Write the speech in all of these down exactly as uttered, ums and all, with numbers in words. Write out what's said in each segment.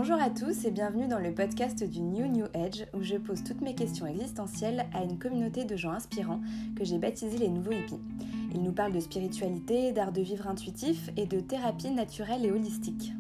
Bonjour à tous et bienvenue dans le podcast du New New Age où je pose toutes mes questions existentielles à une communauté de gens inspirants que j'ai baptisé les nouveaux hippies. Ils nous parlent de spiritualité, d'art de vivre intuitif et de thérapie naturelle et holistique.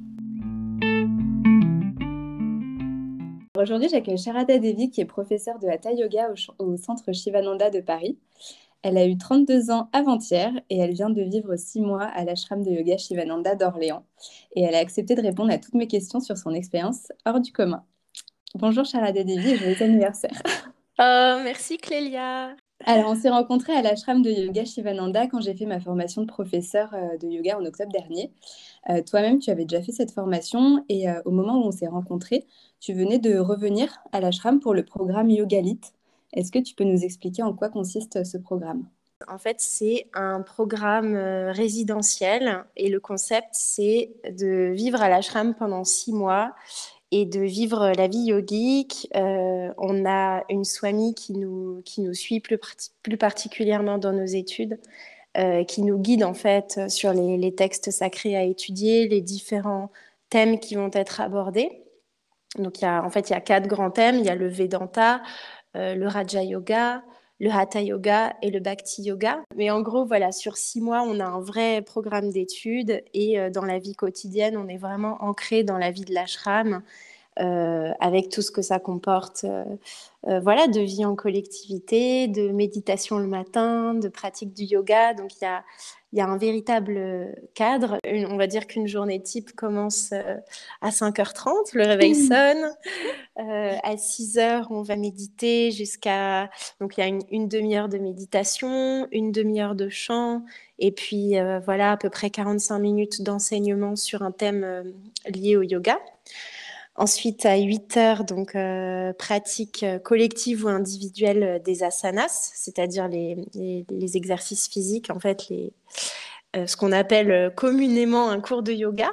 Aujourd'hui, j'accueille Sharada Devi qui est professeure de Hatha Yoga au, au centre Shivananda de Paris. Elle a eu trente-deux ans avant-hier et elle vient de vivre six mois à l'ashram de yoga Shivananda d'Orléans. Et elle a accepté de répondre à toutes mes questions sur son expérience hors du commun. Bonjour Sharada Devi et joyeux anniversaire. Oh, merci Clélia. Alors, on s'est rencontrés à l'ashram de yoga Shivananda quand j'ai fait ma formation de professeur euh, de yoga en octobre dernier. Euh, toi-même, tu avais déjà fait cette formation et euh, au moment où on s'est rencontrés, tu venais de revenir à l'ashram pour le programme Yogalit. Est-ce que tu peux nous expliquer en quoi consiste ce programme ? En fait, c'est un programme euh, résidentiel et le concept, c'est de vivre à l'ashram pendant six mois et de vivre la vie yogique. Euh, on a une swami qui nous, qui nous suit plus, plus particulièrement dans nos études, euh, qui nous guide en fait sur les, les textes sacrés à étudier, les différents thèmes qui vont être abordés. Donc, il y a, en fait, il y a quatre grands thèmes. Il y a le Vedanta, euh, le Raja Yoga, le Hatha Yoga et le Bhakti Yoga. Mais en gros, voilà, sur six mois, on a un vrai programme d'études et euh, dans la vie quotidienne, on est vraiment ancré dans la vie de l'ashram euh, avec tout ce que ça comporte, euh, euh, voilà, de vie en collectivité, de méditation le matin, de pratique du yoga. Donc, il y a, il y a un véritable cadre. Une, on va dire qu'une journée type commence euh, à cinq heures trente, le réveil sonne. Euh, à six heures, on va méditer jusqu'à... Donc, il y a une, une demi-heure de méditation, une demi-heure de chant, et puis euh, voilà, à peu près quarante-cinq minutes d'enseignement sur un thème euh, lié au yoga. Ensuite, à huit heures, donc, euh, pratique collective ou individuelle des asanas, c'est-à-dire les, les, les exercices physiques, en fait, les, euh, ce qu'on appelle communément un cours de yoga.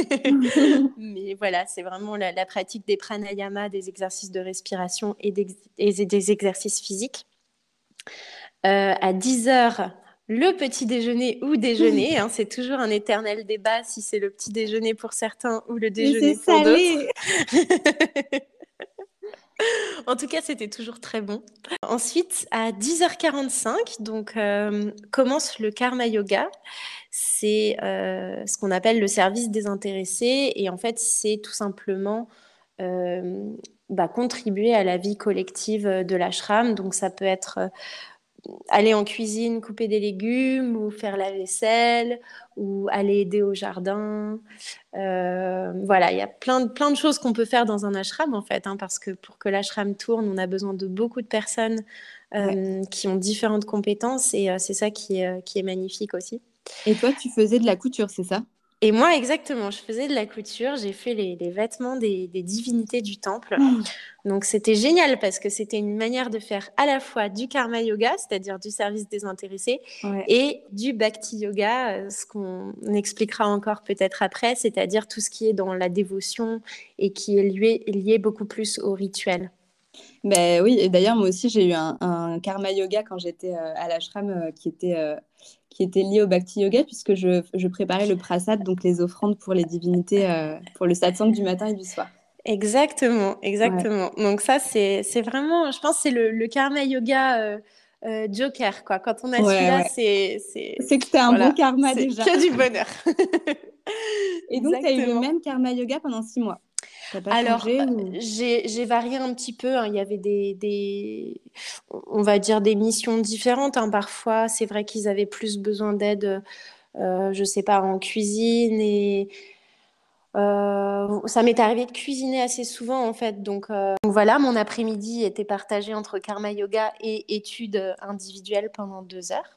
Mais voilà, c'est vraiment la, la pratique des pranayamas, des exercices de respiration et, et des exercices physiques. Euh, à dix heures, le petit déjeuner ou déjeuner, hein, c'est toujours un éternel débat si c'est le petit déjeuner pour certains ou le Mais c'est déjeuner pour d'autres. salé. En tout cas, c'était toujours très bon. Ensuite, à dix heures quarante-cinq, donc, euh, commence le Karma Yoga. C'est euh, ce qu'on appelle le service désintéressé. Et en fait, c'est tout simplement euh, bah, contribuer à la vie collective de l'ashram. Donc, ça peut être euh, aller en cuisine, couper des légumes, ou faire la vaisselle, ou aller aider au jardin. Euh, voilà, il y a plein de, plein de choses qu'on peut faire dans un ashram, en fait, hein, parce que pour que l'ashram tourne, on a besoin de beaucoup de personnes euh, Ouais. qui ont différentes compétences, et euh, c'est ça qui est, euh, qui est magnifique aussi. Et toi, tu faisais de la couture, c'est ça ? Et moi, exactement, je faisais de la couture, j'ai fait les, les vêtements des, des divinités du temple. Donc, c'était génial parce que c'était une manière de faire à la fois du karma yoga, c'est-à-dire du service désintéressé, Ouais. et du bhakti yoga, euh, ce qu'on expliquera encore peut-être après, c'est-à-dire tout ce qui est dans la dévotion et qui est lié, lié beaucoup plus au rituel. Ben oui, et d'ailleurs, moi aussi, j'ai eu un, un karma yoga quand j'étais euh, à l'ashram euh, qui était, euh, qui était lié au bhakti yoga, puisque je, je préparais le prasad, donc les offrandes pour les divinités, euh, pour le satsang du matin et du soir. Exactement, Ouais, exactement. Donc ça, c'est, c'est vraiment, je pense, que c'est le, le karma yoga euh, euh, Joker, quoi. Quand on a ouais, celui-là, ouais. c'est, c'est, C'est que t'as un bon voilà, karma c'est déjà. que du bonheur. Et donc, tu as eu le Exactement. même karma yoga pendant six mois. T'as pas Alors, changé euh, ou... j'ai, j'ai varié un petit peu, hein. Il y avait des, des, on va dire des missions différentes, hein. Parfois, c'est vrai qu'ils avaient plus besoin d'aide, euh, je sais pas, en cuisine et euh, ça m'est arrivé de cuisiner assez souvent en fait. Donc, euh, donc voilà, mon après-midi était partagé entre karma yoga et études individuelles pendant deux heures.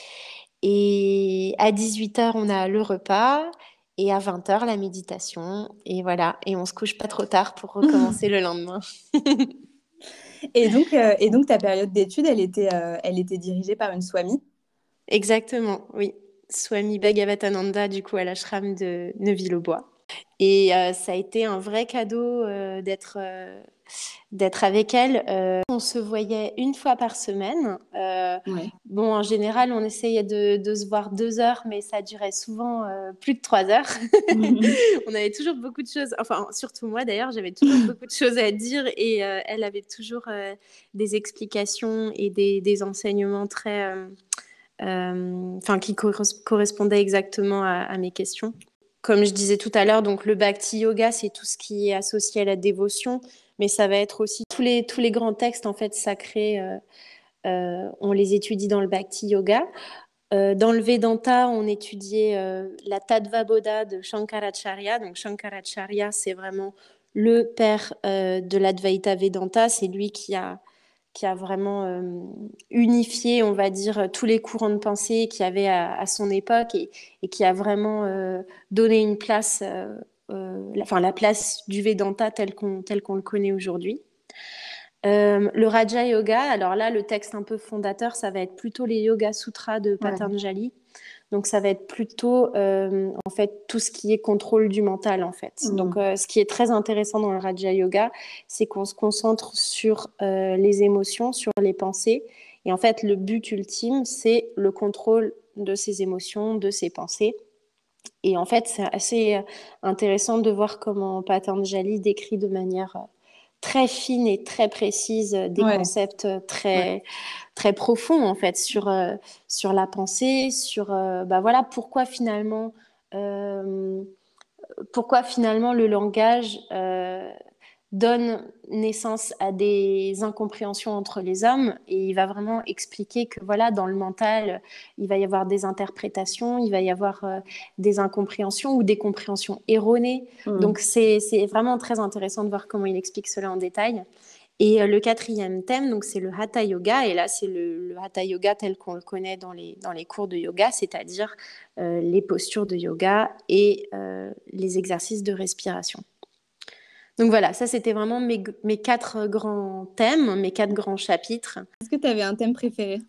Et à dix-huit heures, on a le repas. Et à vingt heures, la méditation. Et voilà. Et on se couche pas trop tard pour recommencer le lendemain. Et donc, euh, et donc ta période d'études, elle était, euh, elle était dirigée par une swami. Exactement, oui. Swami Bhagavatananda, du coup, à l'ashram de Neuville-aux-Bois. Et euh, ça a été un vrai cadeau euh, d'être, euh, d'être avec elle. Euh, on se voyait une fois par semaine. Euh, Ouais. bon, en général, on essayait de, de se voir deux heures, mais ça durait souvent euh, plus de trois heures. On avait toujours beaucoup de choses, enfin, surtout moi d'ailleurs, j'avais toujours beaucoup de choses à dire et euh, elle avait toujours euh, des explications et des, des enseignements très, euh, euh, enfin, qui cor- correspondaient exactement à, à mes questions. Comme je disais tout à l'heure, donc le Bhakti Yoga, c'est tout ce qui est associé à la dévotion, mais ça va être aussi tous les, tous les grands textes en fait sacrés, euh, euh, on les étudie dans le Bhakti Yoga. Euh, dans le Vedanta, on étudiait euh, la Tattva Bodha de Shankaracharya. Donc Shankaracharya, c'est vraiment le père euh, de l'Advaita Vedanta. C'est lui qui a, qui a vraiment euh, unifié, on va dire, tous les courants de pensée qu'il y avait à, à son époque et, et qui a vraiment euh, donné une place, euh, euh, la, enfin la place du Vedanta tel qu'on tel qu'on le connaît aujourd'hui. Euh, le Raja Yoga, alors là, le texte un peu fondateur, ça va être plutôt les Yoga Sutras de Ouais. Patanjali. Donc, ça va être plutôt, euh, en fait, tout ce qui est contrôle du mental, en fait. Donc, Mm. euh, ce qui est très intéressant dans le Raja Yoga, c'est qu'on se concentre sur euh, les émotions, sur les pensées. Et en fait, le but ultime, c'est le contrôle de ces émotions, de ces pensées. Et en fait, c'est assez intéressant de voir comment Patanjali décrit de manière très fine et très précise des Ouais. concepts Ouais. très très profonds en fait sur euh, sur la pensée, sur euh, bah voilà pourquoi finalement euh, pourquoi finalement le langage euh, donne naissance à des incompréhensions entre les hommes et il va vraiment expliquer que voilà dans le mental il va y avoir des interprétations, il va y avoir euh, des incompréhensions ou des compréhensions erronées. Donc Mm. c'est c'est vraiment très intéressant de voir comment il explique cela en détail. Et euh, le quatrième thème, donc c'est le Hatha Yoga, et là c'est le, le Hatha Yoga tel qu'on le connaît dans les, dans les cours de yoga, c'est-à-dire euh, les postures de yoga et euh, les exercices de respiration. Donc voilà, ça c'était vraiment mes, mes quatre grands thèmes, mes quatre grands chapitres. Est-ce que tu avais un thème préféré?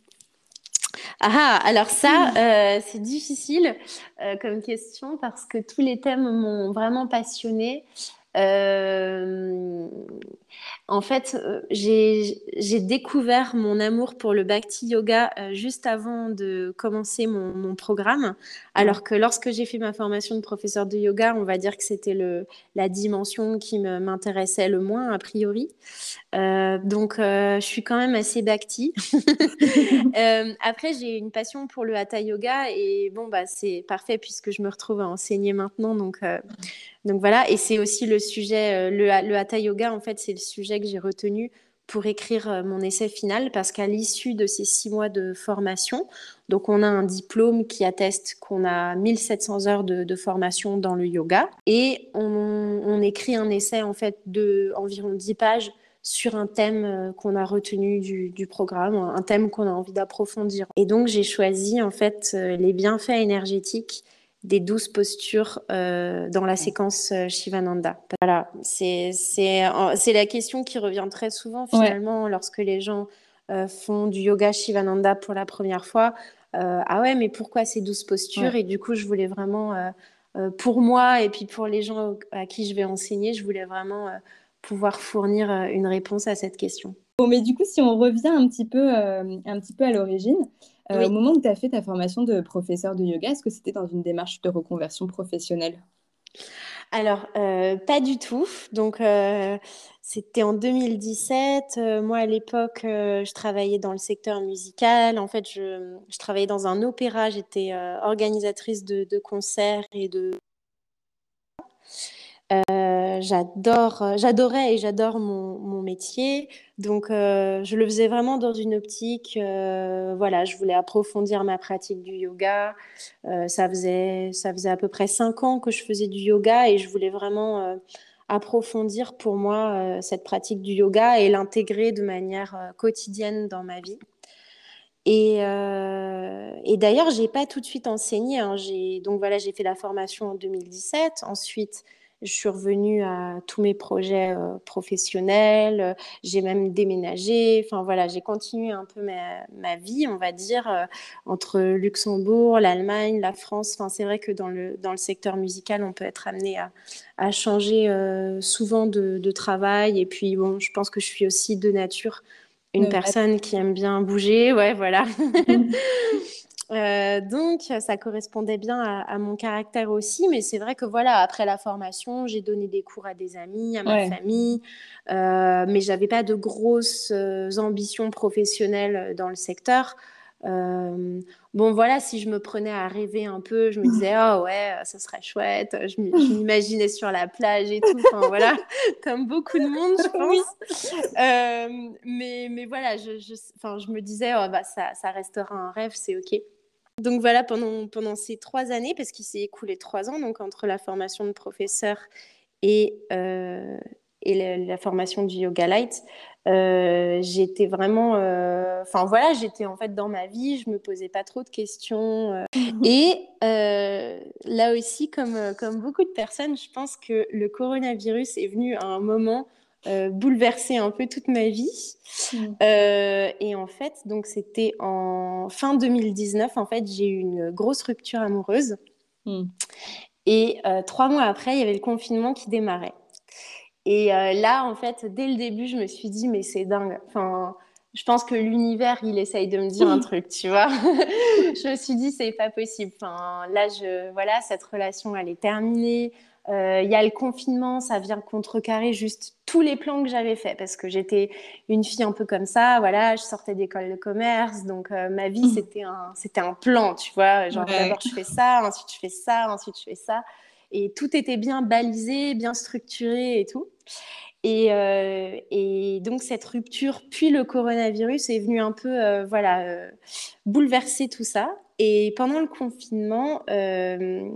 Ah, alors ça, euh, c'est difficile euh, comme question parce que tous les thèmes m'ont vraiment passionnée. Euh, En fait, euh, j'ai j'ai découvert mon amour pour le Bhakti Yoga euh, juste avant de commencer mon, mon programme. Ouais. Alors que lorsque j'ai fait ma formation de professeur de yoga, on va dire que c'était le, la dimension qui me- m'intéressait le moins, a priori. Euh, donc, euh, je suis quand même assez Bhakti. Euh, après, j'ai une passion pour le Hatha Yoga et bon, bah, c'est parfait puisque je me retrouve à enseigner maintenant. Donc, euh, donc voilà, et c'est aussi le sujet, euh, le, le Hatha Yoga, en fait, c'est le sujet que j'ai retenu pour écrire euh, mon essai final, parce qu'à l'issue de ces six mois de formation, donc on a un diplôme qui atteste qu'on a mille sept cents heures de, de formation dans le yoga, et on, on écrit un essai, en fait, de environ dix pages sur un thème euh, qu'on a retenu du, du programme, un thème qu'on a envie d'approfondir. Et donc, j'ai choisi, en fait, euh, les bienfaits énergétiques des douze postures euh, dans la séquence euh, Shivananda. Voilà, c'est c'est euh, c'est la question qui revient très souvent Ouais. finalement lorsque les gens euh, font du yoga Shivananda pour la première fois. Euh, ah ouais, mais pourquoi ces douze postures? Ouais. Et du coup, je voulais vraiment, euh, euh, pour moi et puis pour les gens à qui je vais enseigner, je voulais vraiment euh, pouvoir fournir euh, une réponse à cette question. Bon, mais du coup, si on revient un petit peu, euh, un petit peu à l'origine, euh, au Oui. moment où tu as fait ta formation de professeur de yoga, est-ce que c'était dans une démarche de reconversion professionnelle? Alors, euh, pas du tout. Donc, euh, c'était en deux mille dix-sept. Euh, moi, à l'époque, euh, je travaillais dans le secteur musical. En fait, je, je travaillais dans un opéra. J'étais euh, organisatrice de, de concerts et de euh, j'adore, euh, j'adorais et j'adore mon, mon métier. Donc, euh, je le faisais vraiment dans une optique. Euh, voilà, je voulais approfondir ma pratique du yoga. Euh, ça faisait, ça faisait à peu près cinq ans que je faisais du yoga et je voulais vraiment euh, approfondir pour moi euh, cette pratique du yoga et l'intégrer de manière euh, quotidienne dans ma vie. Et, euh, et d'ailleurs, j'ai pas tout de suite enseigné, hein. J'ai, donc voilà, j'ai fait la formation en deux mille dix-sept. Ensuite, Je suis revenue à tous mes projets euh, professionnels. Euh, J'ai même déménagé. Enfin voilà, j'ai continué un peu ma, ma vie, on va dire, euh, entre Luxembourg, l'Allemagne, la France. Enfin, c'est vrai que dans le, dans le secteur musical, on peut être amené à, à changer euh, souvent de, de travail. Et puis, bon, je pense que je suis aussi de nature une Nomade. personne qui aime bien bouger. Ouais, voilà. Euh, donc, ça correspondait bien à, à mon caractère aussi, mais c'est vrai que voilà, après la formation, j'ai donné des cours à des amis, à ma Ouais, famille, euh, mais j'avais pas de grosses euh, ambitions professionnelles dans le secteur. Euh, bon, voilà, si je me prenais à rêver un peu, je me disais, oh ouais, ça serait chouette, je m'i- je m'imaginais sur la plage et tout, enfin voilà, comme beaucoup de monde, je oui. pense. Euh, mais, mais voilà, je, je, enfin, je me disais, oh, bah, ça, ça restera un rêve, c'est OK. Donc voilà, pendant, pendant ces trois années, parce qu'il s'est écoulé trois ans, donc entre la formation de professeur et, euh, et la, la formation du Yoga Light, euh, j'étais vraiment... euh, Enfin voilà, j'étais en fait dans ma vie, je me posais pas trop de questions. euh. et euh, là aussi, comme, comme beaucoup de personnes, je pense que le coronavirus est venu à un moment euh, bouleverser un peu toute ma vie. Mm. Euh, et en fait, donc c'était en fin deux mille dix-neuf, en fait, j'ai eu une grosse rupture amoureuse. Mm. Et euh, trois mois après, il y avait le confinement qui démarrait. Et euh, là, en fait, dès le début, je me suis dit, mais c'est dingue. Enfin, je pense que l'univers, il essaye de me dire un truc, tu vois. Je me suis dit, c'est pas possible. Enfin, là, je, voilà, cette relation, elle est terminée. Euh, Il y a le confinement, ça vient contrecarrer juste tous les plans que j'avais faits parce que j'étais une fille un peu comme ça. Voilà, je sortais d'école de commerce, donc euh, ma vie, c'était un, c'était un plan, tu vois. Genre, Ouais. d'abord, je fais ça, ensuite, je fais ça, ensuite, je fais ça. Et tout était bien balisé, bien structuré et tout. Et, euh, et donc cette rupture, puis le coronavirus est venu un peu euh, voilà, euh, bouleverser tout ça. Et pendant le confinement, euh,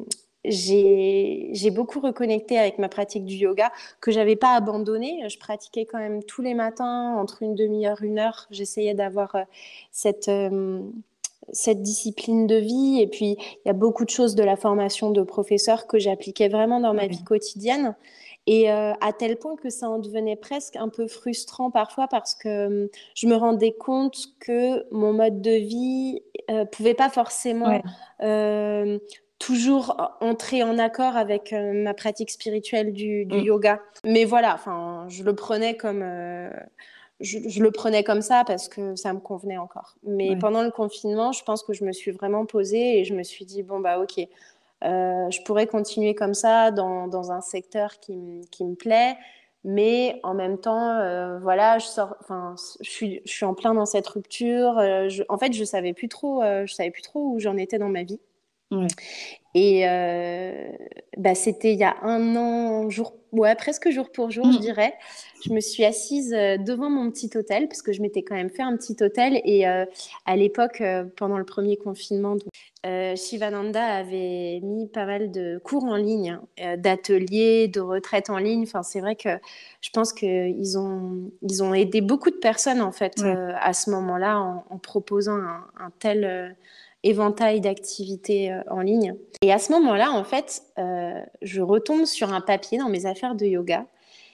j'ai, j'ai beaucoup reconnecté avec ma pratique du yoga que j'avais pas abandonné. Je pratiquais quand même tous les matins, entre une demi-heure, une heure. J'essayais d'avoir euh, cette... Euh, cette discipline de vie. Et puis, il y a beaucoup de choses de la formation de professeur que j'appliquais vraiment dans ma Ouais. vie quotidienne. Et euh, à tel point que ça en devenait presque un peu frustrant parfois parce que euh, je me rendais compte que mon mode de vie euh, pouvait pas forcément Ouais. euh, toujours entrer en accord avec euh, ma pratique spirituelle du, du Mm. yoga. Mais voilà, enfin, je le prenais comme euh, je, je, le prenais comme ça parce que ça me convenait encore. Mais Ouais. pendant le confinement, je pense que je me suis vraiment posée et je me suis dit bon bah ok, euh, je pourrais continuer comme ça dans, dans un secteur qui, qui me plaît, mais en même temps, euh, voilà, je sors, enfin, je suis, je suis en plein dans cette rupture. Euh, je, en fait, je savais plus trop, euh, je savais plus trop où j'en étais dans ma vie. Ouais. Et euh, bah, c'était il y a un an, jour, ouais, presque jour pour jour, je Mm. dirais. Je me suis assise euh, devant mon petit hôtel, parce que je m'étais quand même fait un petit hôtel. Et euh, à l'époque, euh, pendant le premier confinement, donc, euh, Shivananda avait mis pas mal de cours en ligne, euh, d'ateliers, de retraites en ligne. Enfin, c'est vrai que je pense qu'ils ont, ils ont aidé beaucoup de personnes, en fait, Ouais. euh, à ce moment-là, en, en proposant un, un tel euh, éventail d'activités euh, en ligne. Et à ce moment-là, en fait, euh, je retombe sur un papier dans mes affaires de yoga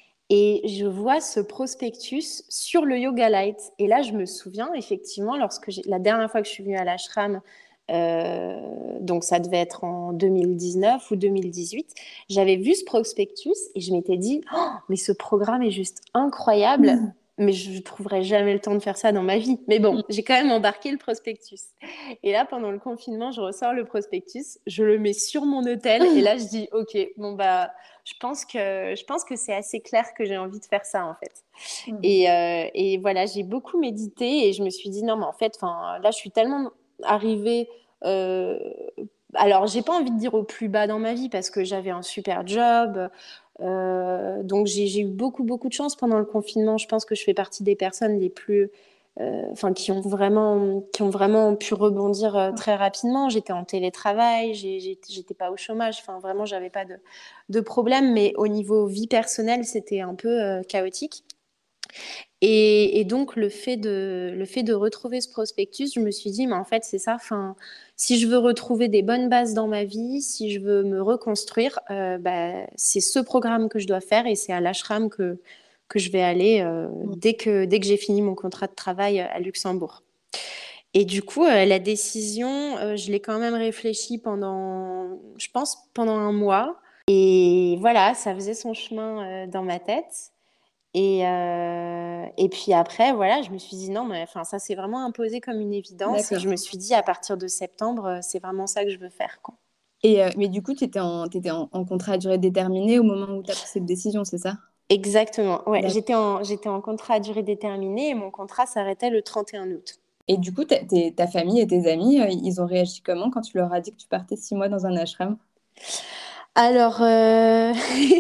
et je vois ce prospectus sur le Yoga Light. Et là, je me souviens, effectivement, lorsque j'ai, la dernière fois que je suis venue à l'ashram, euh, donc ça devait être en deux mille dix-neuf ou deux mille dix-huit, j'avais vu ce prospectus et je m'étais dit, oh, mais ce programme est juste incroyable. Mais je ne trouverai jamais le temps de faire ça dans ma vie. Mais bon, Mm. j'ai quand même embarqué le prospectus. Et là, pendant le confinement, je ressors le prospectus, je le mets sur mon hôtel et là, je dis, OK, bon, bah, je pense que, je pense que c'est assez clair que j'ai envie de faire ça, en fait. Mm. Et, euh, et voilà, j'ai beaucoup médité et je me suis dit, non, mais en fait, là, je suis tellement arrivée. Euh, alors, j'ai pas envie de dire au plus bas dans ma vie parce que j'avais un super job. Euh, donc, j'ai, j'ai eu beaucoup, beaucoup de chance pendant le confinement. Je pense que je fais partie des personnes les plus euh, enfin, qui ont vraiment, qui ont vraiment pu rebondir euh, très rapidement. J'étais en télétravail, j'ai, j'ai, j'étais pas au chômage. Enfin, vraiment, j'avais pas de, de problème. Mais au niveau vie personnelle, c'était un peu euh, chaotique. Et, et donc, le fait, de, le fait de retrouver ce prospectus, je me suis dit, mais en fait, c'est ça. Fin, si je veux retrouver des bonnes bases dans ma vie, si je veux me reconstruire, euh, bah, c'est ce programme que je dois faire et c'est à l'ashram que, que je vais aller euh, dès que, dès que j'ai fini mon contrat de travail à Luxembourg. Et du coup, euh, la décision, euh, je l'ai quand même réfléchie pendant, je pense, pendant un mois. Et voilà, ça faisait son chemin euh, dans ma tête. Et, euh, et puis après, voilà, je me suis dit non, mais enfin, ça s'est vraiment imposé comme une évidence. Et D'accord. je me suis dit, à partir de septembre, euh, c'est vraiment ça que je veux faire, quoi. Et, euh, mais du coup, tu étais en, t'étais en, en contrat à durée déterminée au moment où tu as pris cette décision, c'est ça? Exactement. Ouais, D'accord. j'étais en, j'étais en contrat à durée déterminée et mon contrat s'arrêtait le trente et un août. Et du coup, ta, tes- ta famille et tes amis, euh, ils ont réagi comment quand tu leur as dit que tu partais six mois dans un ashram? Alors, euh,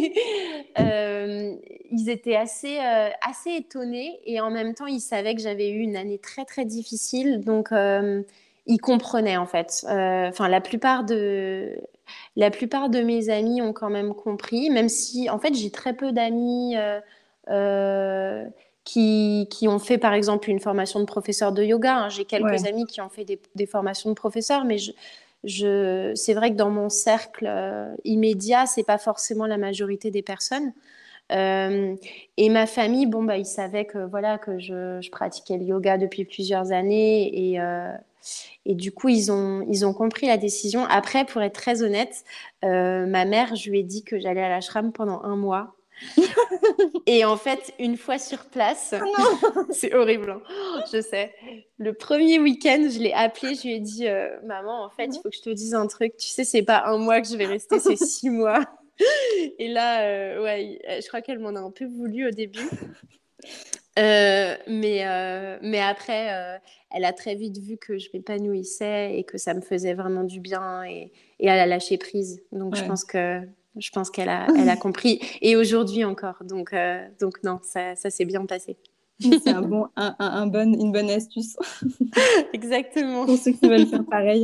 euh, ils étaient assez, euh, assez étonnés et en même temps, ils savaient que j'avais eu une année très, très difficile. Donc, euh, ils comprenaient en fait. Euh, Enfin, la plupart de, la plupart de mes amis ont quand même compris, même si en fait, j'ai très peu d'amis euh, euh, qui, qui ont fait par exemple une formation de professeur de yoga, hein. J'ai quelques Ouais, amis qui ont fait des, des formations de professeur, mais je, je, c'est vrai que dans mon cercle euh, immédiat, c'est pas forcément la majorité des personnes. Euh, et ma famille, bon, bah, ils savaient que, voilà, que je, je pratiquais le yoga depuis plusieurs années et, euh, et du coup, ils ont, ils ont compris la décision. Après, pour être très honnête, euh, ma mère, je lui ai dit que j'allais à l'ashram pendant un mois. Et en fait, une fois sur place, c'est horrible, hein. Je sais. Le premier week-end, je l'ai appelé, je lui ai dit, euh, maman, en fait, il faut que je te dise un truc. Tu sais, c'est pas un mois que je vais rester, c'est six mois. Et là, euh, ouais, je crois qu'elle m'en a un peu voulu au début. Euh, mais, euh, mais après, euh, elle a très vite vu que je m'épanouissais et que ça me faisait vraiment du bien et, et elle a lâché prise. Donc, je ouais. pense que je pense qu'elle a, elle a compris. Et aujourd'hui encore. Donc, euh, donc non, ça, ça s'est bien passé. C'est un bon, un, un- un bon, une bonne astuce Exactement. pour ceux qui veulent faire pareil.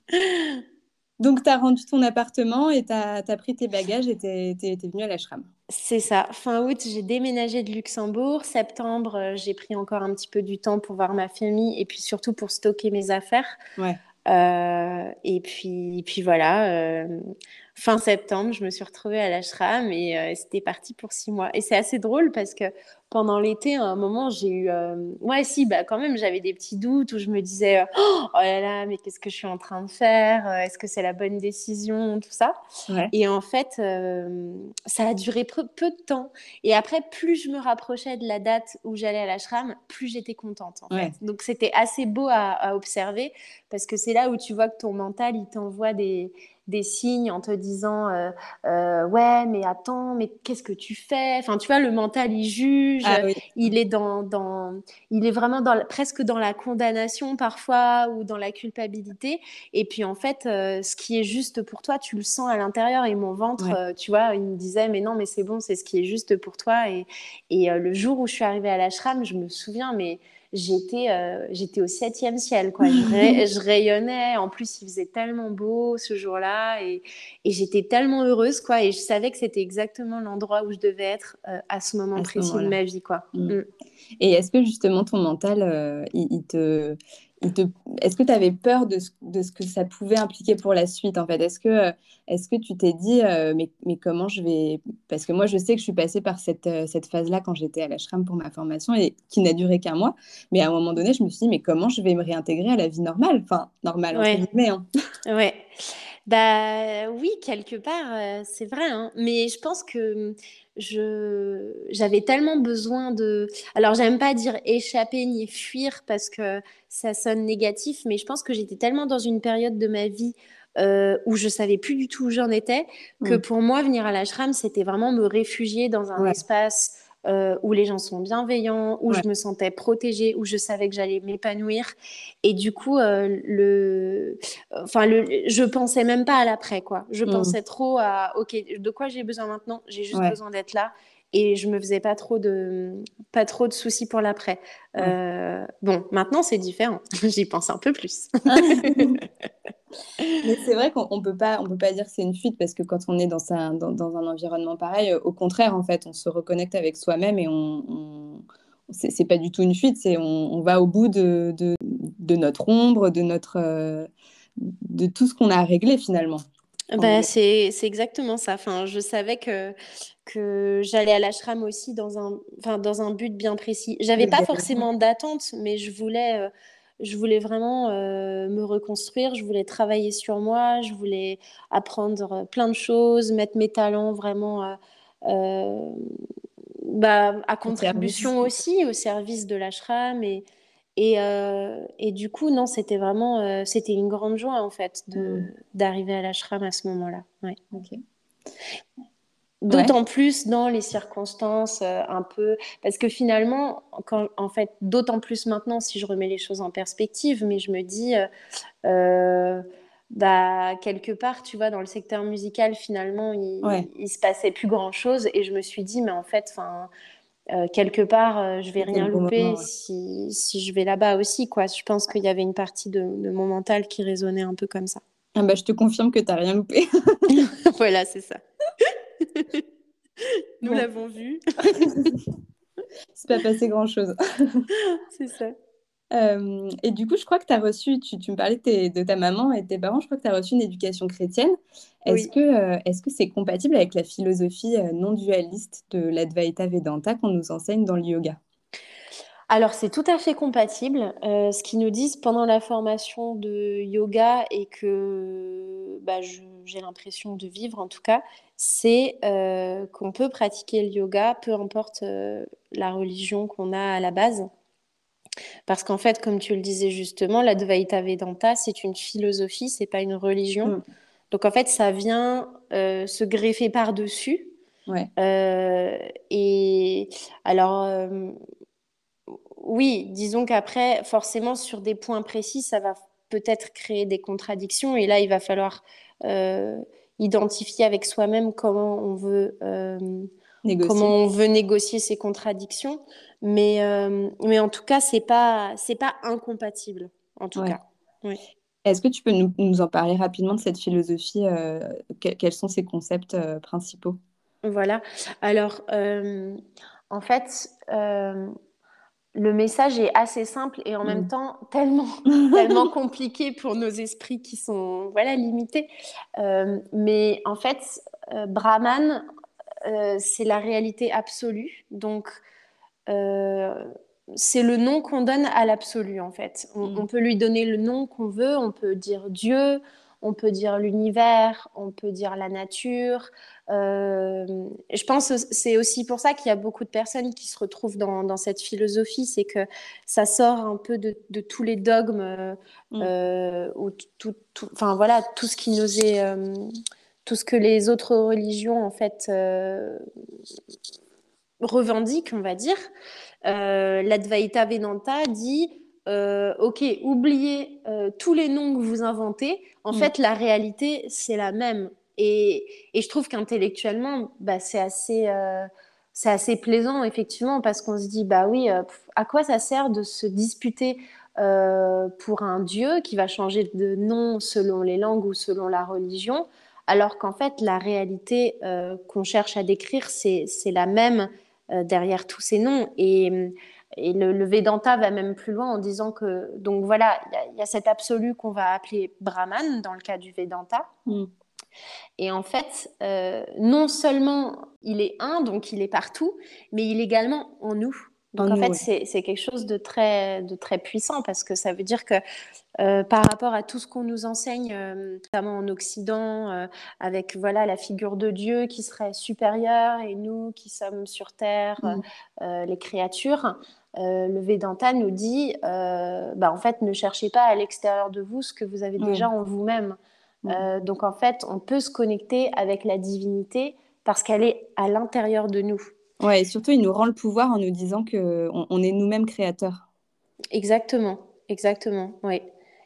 Donc, tu as rendu ton appartement et tu as pris tes bagages et tu es venu à l'ashram. C'est ça. Fin août, j'ai déménagé de Luxembourg. Septembre, euh, j'ai pris encore un petit peu du temps pour voir ma famille et puis surtout pour stocker mes affaires. Ouais. Euh, et puis, et puis voilà, euh, fin septembre, je me suis retrouvée à l'ashram et euh, c'était parti pour six mois. Et c'est assez drôle parce que pendant l'été, à un moment, j'ai eu... euh, ouais, si, bah, quand même, j'avais des petits doutes où je me disais, euh, oh là là, mais qu'est-ce que je suis en train de faire? Euh, Est-ce que c'est la bonne décision? Tout ça. Ouais. Et en fait, euh, ça a duré peu, peu de temps. Et après, plus je me rapprochais de la date où j'allais à l'ashram, plus j'étais contente, en fait. Ouais. Donc, c'était assez beau à, à observer parce que c'est là où tu vois que ton mental, il t'envoie des, des signes en te disant euh, euh, ouais, mais attends, mais qu'est-ce que tu fais? Enfin, tu vois, le mental, il juge, Ah oui. il est, dans, dans, il est vraiment dans, presque dans la condamnation parfois ou dans la culpabilité. Et puis, en fait, euh, ce qui est juste pour toi, tu le sens à l'intérieur. Et mon ventre, Ouais. euh, tu vois, il me disait, mais non, mais c'est bon, c'est ce qui est juste pour toi. Et, et euh, le jour où je suis arrivée à l'ashram, je me souviens, mais j'étais euh, j'étais au septième ciel, quoi. Je, ray- je rayonnais. En plus, il faisait tellement beau ce jour-là. Et, et j'étais tellement heureuse, quoi. Et je savais que c'était exactement l'endroit où je devais être euh, à ce moment À ce précis de moment-là. ma vie, quoi. Mm. Mm. Et est-ce que justement ton mental, euh, il, il te, il te, est-ce que tu avais peur de ce, de ce que ça pouvait impliquer pour la suite en fait? Est-ce que, euh, est-ce que tu t'es dit, euh, mais, mais comment je vais... Parce que moi, je sais que je suis passée par cette, euh, cette phase-là quand j'étais à l'ashram pour ma formation et qui n'a duré qu'un mois. Mais à un moment donné, je me suis dit, mais comment je vais me réintégrer à la vie normale? Enfin, normale entre Ouais, guillemets, hein. ouais. Bah oui, quelque part, euh, c'est vrai, hein. Mais je pense que je j'avais tellement besoin de... Alors, j'aime pas dire échapper ni fuir parce que ça sonne négatif, mais je pense que j'étais tellement dans une période de ma vie euh, où je savais plus du tout où j'en étais que Mm. pour moi, venir à l'ashram, c'était vraiment me réfugier dans un Ouais, espace euh, où les gens sont bienveillants, où ouais. je me sentais protégée, où je savais que j'allais m'épanouir. Et du coup, euh, le Enfin, le, je pensais même pas à l'après, quoi. Je Mm. pensais trop à, ok, de quoi j'ai besoin maintenant? J'ai juste Ouais, besoin d'être là. Et je me faisais pas trop de, pas trop de soucis pour l'après. ouais. Euh, bon, maintenant c'est différent. J'y pense un peu plus. Mais c'est vrai qu'on on peut pas, on peut pas dire que c'est une fuite parce que quand on est dans un, dans, dans un environnement pareil, euh, au contraire, en fait, on se reconnecte avec soi-même et on, on, c'est, c'est pas du tout une fuite, c'est on, on va au bout de, de, de notre ombre, de, notre, euh, de tout ce qu'on a à régler finalement. En Bah, gros. c'est, c'est exactement ça. Enfin, je savais que, que j'allais à l'ashram aussi dans un, enfin, dans un but bien précis. J'avais pas Également. forcément d'attente, mais je voulais, euh, je voulais vraiment euh, me reconstruire, je voulais travailler sur moi, je voulais apprendre plein de choses, mettre mes talents vraiment euh, euh, bah, à Au service. contribution aussi au service de l'ashram et et, euh, et du coup non c'était vraiment euh, c'était une grande joie en fait de Mm. d'arriver à l'ashram à ce moment-là. Ouais. Ok. Ouais. D'autant plus dans les circonstances euh, un peu parce que finalement quand en fait d'autant plus maintenant si je remets les choses en perspective mais je me dis euh, euh, bah quelque part tu vois dans le secteur musical finalement il, Ouais. il se passait plus grand chose et je me suis dit mais en fait enfin euh, quelque part, euh, je vais C'était le rien bon louper moment. Ouais. si, si je vais là-bas aussi, quoi. Je pense qu'il y avait une partie de, de mon mental qui résonnait un peu comme ça. Ah bah, je te confirme que t'as rien loupé. Voilà, c'est ça. Nous Bon, l'avons vu. c'est pas passé grand-chose. C'est ça. Euh, et du coup, je crois que tu as reçu, tu, tu me parlais de, tes- de ta maman et de tes parents, je crois que tu as reçu une éducation chrétienne. Est-ce Oui. que, euh, est-ce que c'est compatible avec la philosophie euh, non dualiste de l'Advaita Vedanta qu'on nous enseigne dans le yoga? Alors, c'est tout à fait compatible. Euh, ce qu'ils nous disent pendant la formation de yoga et que bah, je- j'ai l'impression de vivre en tout cas, c'est euh, qu'on peut pratiquer le yoga, peu importe euh, la religion qu'on a à la base. Parce qu'en fait, comme tu le disais justement, l'Advaita Vedanta, c'est une philosophie, c'est pas une religion. Mm. Donc en fait, ça vient euh, se greffer par-dessus. Ouais, Euh, et alors, euh, oui, disons qu'après, forcément, sur des points précis, ça va peut-être créer des contradictions. Et là, il va falloir euh, identifier avec soi-même comment on veut, euh, comment négocier. on veut négocier ces contradictions. Mais, euh, mais en tout cas, c'est pas, c'est pas incompatible, en tout Ouais. cas. Oui. Est-ce que tu peux nous, nous en parler rapidement de cette philosophie? Euh, que- quels sont ses concepts euh, principaux? Voilà. Alors, euh, en fait, euh, le message est assez simple et en même Mm. temps tellement, tellement compliqué pour nos esprits qui sont voilà, limités. Euh, mais en fait, euh, Brahman, euh, c'est la réalité absolue. Donc, euh, c'est le nom qu'on donne à l'absolu, en fait. On, Mm. on peut lui donner le nom qu'on veut, on peut dire Dieu, on peut dire l'univers, on peut dire la nature. Euh, je pense que c'est aussi pour ça qu'il y a beaucoup de personnes qui se retrouvent dans, dans cette philosophie, c'est que ça sort un peu de, de tous les dogmes, euh, Mm. euh, ou tout, tout- enfin voilà, tout ce qui nous est, euh, tout ce que les autres religions en fait euh, revendiquent, on va dire. Euh, L'Advaita Vedanta dit euh, ok, oubliez euh, tous les noms que vous inventez. En Mm. fait, la réalité, c'est la même. Et, et je trouve qu'intellectuellement, bah, c'est assez, euh, c'est assez plaisant, effectivement, parce qu'on se dit bah oui, euh, pff, à quoi ça sert de se disputer euh, pour un Dieu qui va changer de nom selon les langues ou selon la religion, alors qu'en fait, la réalité euh, qu'on cherche à décrire, c'est c'est la même euh, derrière tous ces noms. Et, et le, le Vedanta va même plus loin en disant que, donc voilà, il y, a- y a cet absolu qu'on va appeler Brahman dans le cas du Vedanta. Mm. Et en fait, euh, non seulement il est un, donc il est partout, mais il est également en nous. En Donc en nous, fait, ouais. c'est c'est quelque chose de très, de très puissant parce que ça veut dire que euh, par rapport à tout ce qu'on nous enseigne, euh, notamment en Occident, euh, avec voilà la figure de Dieu qui serait supérieure et nous qui sommes sur Terre, Mm. euh, les créatures, euh, le Vedanta nous dit, euh, bah, en fait, ne cherchez pas à l'extérieur de vous ce que vous avez Ouais. déjà en vous-même. Mm. Euh, donc en fait, on peut se connecter avec la divinité parce qu'elle est à l'intérieur de nous. Ouais, et surtout, il nous rend le pouvoir en nous disant que on, on est nous-mêmes créateurs. Exactement, exactement, oui.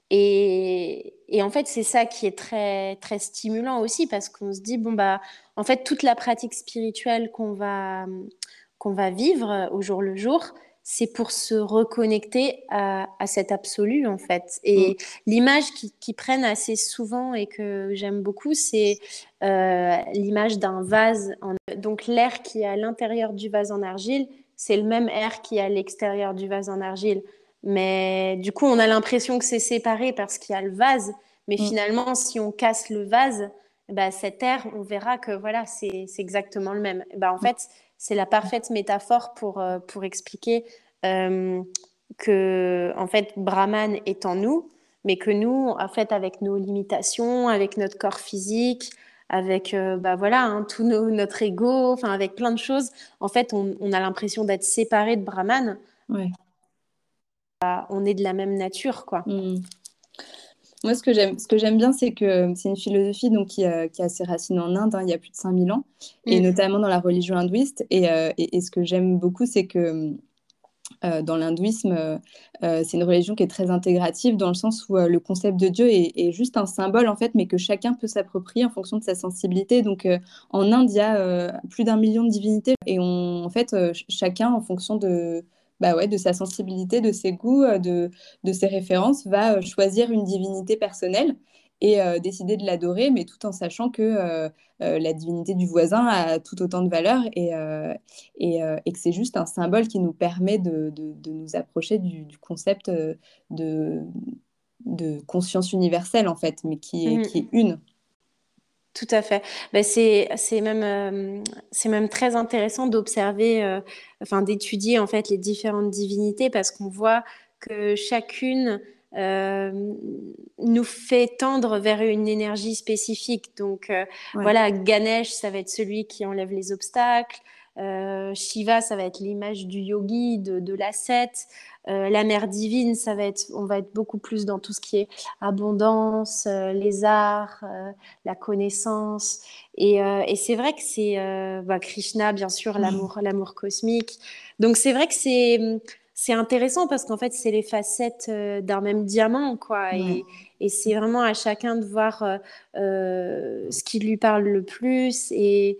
Et, et en fait, c'est ça qui est très, très stimulant aussi parce qu'on se dit, bon, bah, en fait, toute la pratique spirituelle qu'on va, qu'on va vivre au jour le jour, c'est pour se reconnecter à, à cet absolu, en fait. Mm. Et l'image qui, qui prennent assez souvent et que j'aime beaucoup, c'est euh, l'image d'un vase. En... Donc, l'air qui est à l'intérieur du vase en argile, c'est le même air qui est à l'extérieur du vase en argile. Mais du coup, on a l'impression que c'est séparé parce qu'il y a le vase. Mais Mm. finalement, si on casse le vase, bah, cet air, on verra que voilà, c'est, c'est exactement le même. Bah, en fait, c'est la parfaite métaphore pour, euh, pour expliquer euh, que en fait, Brahman est en nous, mais que nous, en fait, avec nos limitations, avec notre corps physique, avec euh, bah voilà hein, tout nos, notre ego, enfin avec plein de choses, en fait, on, on a l'impression d'être séparé de Brahman. Ouais. Bah, on est de la même nature, quoi. Mm. Moi, ce que j'aime, ce que j'aime bien, c'est que c'est une philosophie donc, qui, a, qui a ses racines en Inde, hein, il y a plus de cinq mille ans, et Mm. notamment dans la religion hindouiste. Et, euh, et, et ce que j'aime beaucoup, c'est que euh, dans l'hindouisme, euh, euh, c'est une religion qui est très intégrative dans le sens où euh, le concept de Dieu est, est juste un symbole, en fait, mais que chacun peut s'approprier en fonction de sa sensibilité. Donc, euh, en Inde, il y a euh, plus d'un million de divinités, et on, en fait, euh, ch- chacun, en fonction de, bah ouais, de sa sensibilité, de ses goûts, euh, de, de ses références, va euh, choisir une divinité personnelle et euh, décider de l'adorer, mais tout en sachant que euh, euh, la divinité du voisin a tout autant de valeur et, euh, et, euh, et que c'est juste un symbole qui nous permet de, de- de nous approcher du, du concept euh, de, de conscience universelle, en fait, mais qui est, qui Mm. est une. Tout à fait. Ben, c'est, c'est même, euh, c'est même très intéressant d'observer, euh, enfin d'étudier en fait les différentes divinités parce qu'on voit que chacune euh, nous fait tendre vers une énergie spécifique. Donc euh, Ouais. voilà, Ganesh, ça va être celui qui enlève les obstacles. Euh, Shiva, ça va être l'image du yogi, de, de l'ascète. Euh, la mère divine, ça va être, on va être beaucoup plus dans tout ce qui est abondance, euh, les arts. Euh, la connaissance. Et, euh, et c'est vrai que c'est euh, bah, Krishna, bien sûr, l'amour, l'amour cosmique. Donc c'est vrai que c'est c'est intéressant parce qu'en fait c'est les facettes euh, d'un même diamant, quoi. Ouais. Et, et c'est vraiment à chacun de voir euh, euh, ce qui lui parle le plus et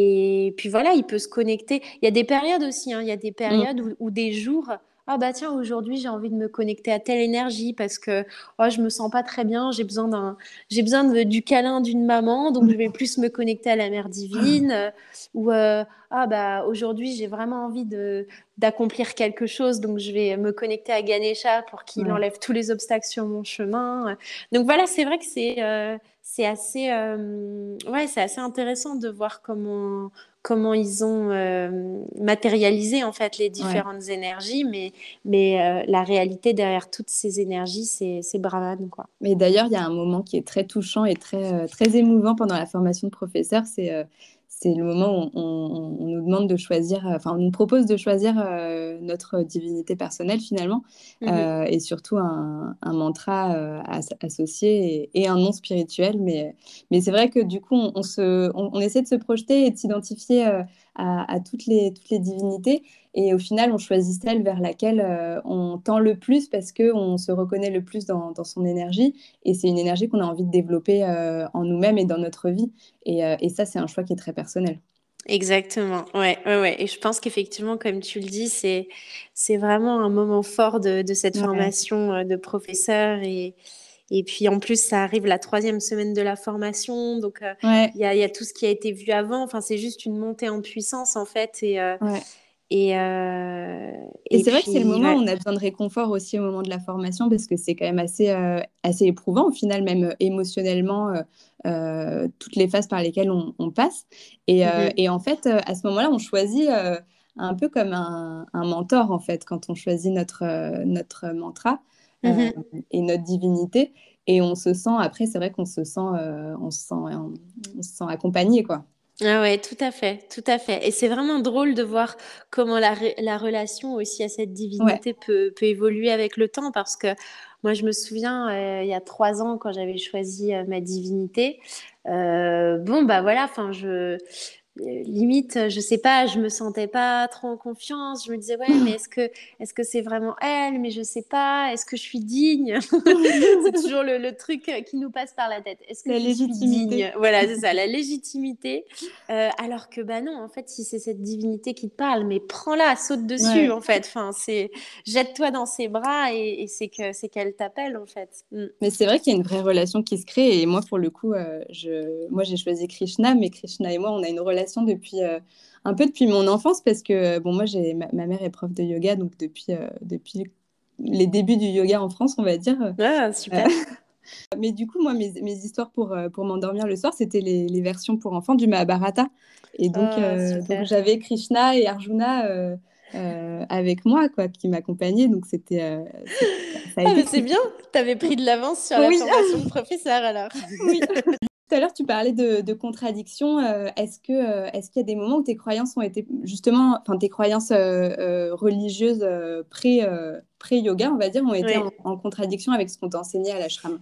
et puis voilà, il peut se connecter. Il y a des périodes aussi, hein, il y a des Mm. périodes où, où des jours, ah bah tiens, aujourd'hui j'ai envie de me connecter à telle énergie parce que oh, je me sens pas très bien, j'ai besoin d'un, j'ai besoin de- du câlin d'une maman, donc je vais plus me connecter à la mère divine. euh, ou euh, ah bah aujourd'hui j'ai vraiment envie de d'accomplir quelque chose, donc je vais me connecter à Ganesha pour qu'il Ouais. enlève tous les obstacles sur mon chemin. Donc voilà, c'est vrai que c'est euh, c'est assez euh, ouais, c'est assez intéressant de voir comment comment ils ont euh, matérialisé en fait les Ouais. différentes énergies, mais mais euh, la réalité derrière toutes ces énergies, c'est c'est Brahman, quoi. Mais d'ailleurs, il y a un moment qui est très touchant et très, euh, très émouvant pendant la formation de professeur. C'est euh, c'est le moment où on, on- on nous demande de choisir, euh, enfin, on nous propose de choisir euh, notre divinité personnelle finalement, Mhm. euh, et surtout un, un mantra euh, as- associé et, et un nom spirituel. Mais, mais c'est vrai que du coup, on, on se, on, on essaie de se projeter et de s'identifier euh, à, à toutes les, toutes les divinités. Et au final, on choisit celle vers laquelle euh, on tend le plus parce qu'on se reconnaît le plus dans, dans son énergie. Et c'est une énergie qu'on a envie de développer euh, en nous-mêmes et dans notre vie. Et, euh, et ça, c'est un choix qui est très personnel. Exactement, ouais, ouais, ouais. Et je pense qu'effectivement, comme tu le dis, c'est c'est vraiment un moment fort de, de cette Ouais, formation euh, de professeur et et puis en plus, ça arrive la troisième semaine de la formation, donc euh, ouais, il y a il y a tout ce qui a été vu avant. Enfin, c'est juste une montée en puissance en fait et euh, ouais. et euh, Et et c'est vrai que c'est le puis moment où ouais. on a besoin de réconfort aussi au moment de la formation parce que c'est quand même assez, euh, assez éprouvant au final, même euh, émotionnellement, euh, euh, toutes les phases par lesquelles on, on passe. Et, euh, Mhm. et en fait, euh, à ce moment-là, on choisit euh, un peu comme un, un mentor, en fait, quand on choisit notre, euh, notre mantra euh, Mhm. et notre divinité. Et on se sent, après, c'est vrai qu'on se sent, euh, on se sent, on, on se sent accompagné, quoi. Ah ouais, tout à fait, tout à fait. Et c'est vraiment drôle de voir comment la, re- la relation aussi à cette Ouais. divinité peut, peut évoluer avec le temps, parce que moi, je me souviens, euh, il y a trois ans, quand j'avais choisi euh, ma divinité, euh, bon, bah voilà, enfin, je, euh, limite, je sais pas, je me sentais pas trop en confiance. Je me disais, ouais, mais est-ce que, est-ce que c'est vraiment elle? Mais je sais pas. Est-ce que je suis digne? C'est toujours le, le truc qui nous passe par la tête. Est-ce que La je suis légitimité. digne? Voilà, c'est ça, la légitimité. Euh, alors que, bah non, en fait, si c'est cette divinité qui te parle, mais prends-la, saute dessus, Ouais. en fait. Enfin, c'est, jette-toi dans ses bras et, et c'est que, c'est qu'elle t'appelle, en fait. Mm. Mais c'est vrai qu'il y a une vraie relation qui se crée. Et moi, pour le coup, euh, je... moi, j'ai choisi Krishna, mais Krishna et moi, on a une relation passion depuis euh, un peu depuis mon enfance parce que bon moi j'ai ma, ma mère est prof de yoga donc depuis euh, depuis les débuts du yoga en France on va dire. Ah, Euh, super. mais du coup moi mes, mes histoires pour euh, pour m'endormir le soir c'était les, les versions pour enfants du Mahabharata et donc Oh, euh, donc super. j'avais Krishna et Arjuna euh, euh, avec moi quoi qui m'accompagnaient donc c'était euh, c'est- ça a Ah, été mais c'est très bien, tu avais pris de l'avance sur la oui formation de professeur alors. oui. Tout à l'heure, tu parlais de, de contradictions. Euh, est-ce que, euh, est-ce qu'il y a des moments où tes croyances ont été justement, enfin tes croyances euh, euh, religieuses euh, pré, euh, pré-yoga, on va dire, ont été en, Oui. en contradiction avec ce qu'on t'a enseigné à l'ashram?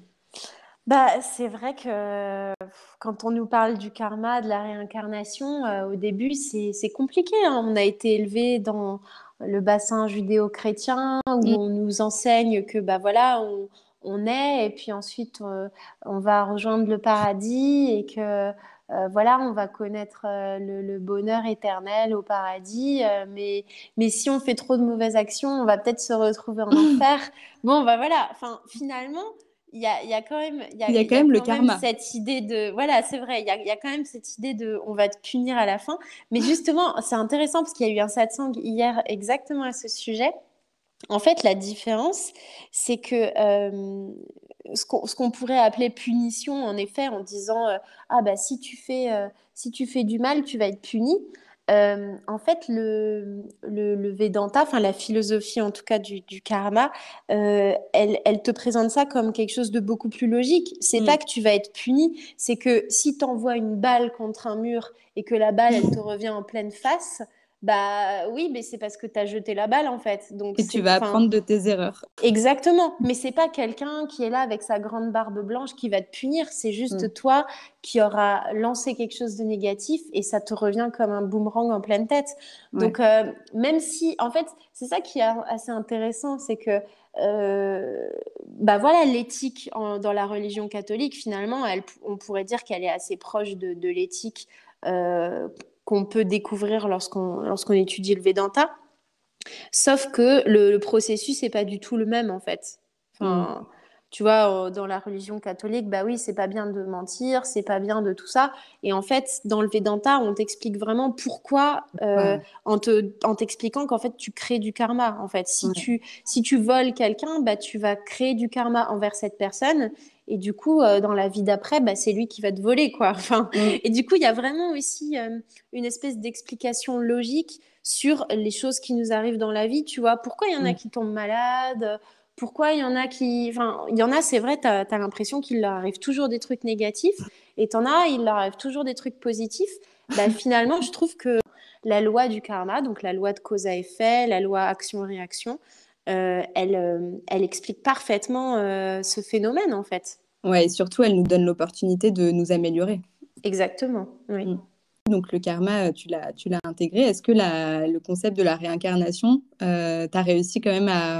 Bah, c'est vrai que pff, quand on nous parle du karma, de la réincarnation, euh, au début, c'est, c'est compliqué, hein. On a été élevé dans le bassin judéo-chrétien où Mm. on nous enseigne que bah voilà, on, on est et puis ensuite euh, on va rejoindre le paradis et que euh, voilà, on va connaître euh, le, le bonheur éternel au paradis. Euh, mais, mais si on fait trop de mauvaises actions, on va peut-être se retrouver en enfer. Bon, bah voilà, enfin, finalement il y a, il y a quand même, il y Il a, y a il quand y a même le quand même karma. cette idée de, voilà, c'est vrai, il y a, il y a quand même cette idée de, on va te punir à la fin. Mais justement, c'est intéressant parce qu'il y a eu un satsang hier exactement à ce sujet. En fait, la différence, c'est que euh, ce qu'on, ce qu'on pourrait appeler punition, en effet, en disant euh, ah bah si tu fais euh, si tu fais du mal, tu vas être puni. Euh, en fait, le, le, le Vedanta, enfin la philosophie en tout cas du, du karma, euh, elle, elle te présente ça comme quelque chose de beaucoup plus logique. C'est pas Mm. que tu vas être puni, c'est que si tu envoies une balle contre un mur et que la balle, elle te revient en pleine face, bah oui, mais c'est parce que tu as jeté la balle en fait. Donc Et tu c'est, vas enfin, apprendre de tes erreurs. exactement. Mais c'est pas quelqu'un qui est là avec sa grande barbe blanche qui va te punir. C'est Mm. juste toi qui auras lancé quelque chose de négatif et ça te revient comme un boomerang en pleine tête. Ouais. Donc euh, même si, en fait, c'est ça qui est assez intéressant, c'est que euh, bah voilà, l'éthique en- dans la religion catholique, finalement, elle, on pourrait dire qu'elle est assez proche de, de l'éthique euh, qu'on peut découvrir lorsqu'on lorsqu'on étudie le Vedanta. Sauf que le, le processus n'est pas du tout le même en fait. Mm. Enfin, tu vois, euh, dans la religion catholique, bah oui, c'est pas bien de mentir, c'est pas bien de tout ça. Et en fait, dans le Vedanta, on t'explique vraiment pourquoi, euh, Ouais. en te, en t'expliquant qu'en fait, tu crées du karma. En fait, si Ouais. tu, si tu voles quelqu'un, bah tu vas créer du karma envers cette personne. Et du coup, euh, dans la vie d'après, bah, c'est lui qui va te voler, quoi. Enfin, Mm. et du coup, il y a vraiment aussi euh, une espèce d'explication logique sur les choses qui nous arrivent dans la vie, tu vois. Pourquoi il y en a Ouais. qui tombent malades? Pourquoi il y en a qui... Enfin, il y en a, c'est vrai, tu as l'impression qu'il leur arrive toujours des trucs négatifs, et t'en as, il leur arrive toujours des trucs positifs. Bah, finalement, je trouve que la loi du karma, donc la loi de cause à effet, la loi action-réaction, euh, elle, euh, elle explique parfaitement euh, ce phénomène, en fait. Ouais, et surtout, elle nous donne l'opportunité de nous améliorer. Exactement, oui. Mm. Donc le karma, tu l'as, tu l'as intégré. Est-ce que la- le concept de la réincarnation, euh, tu as réussi quand même à,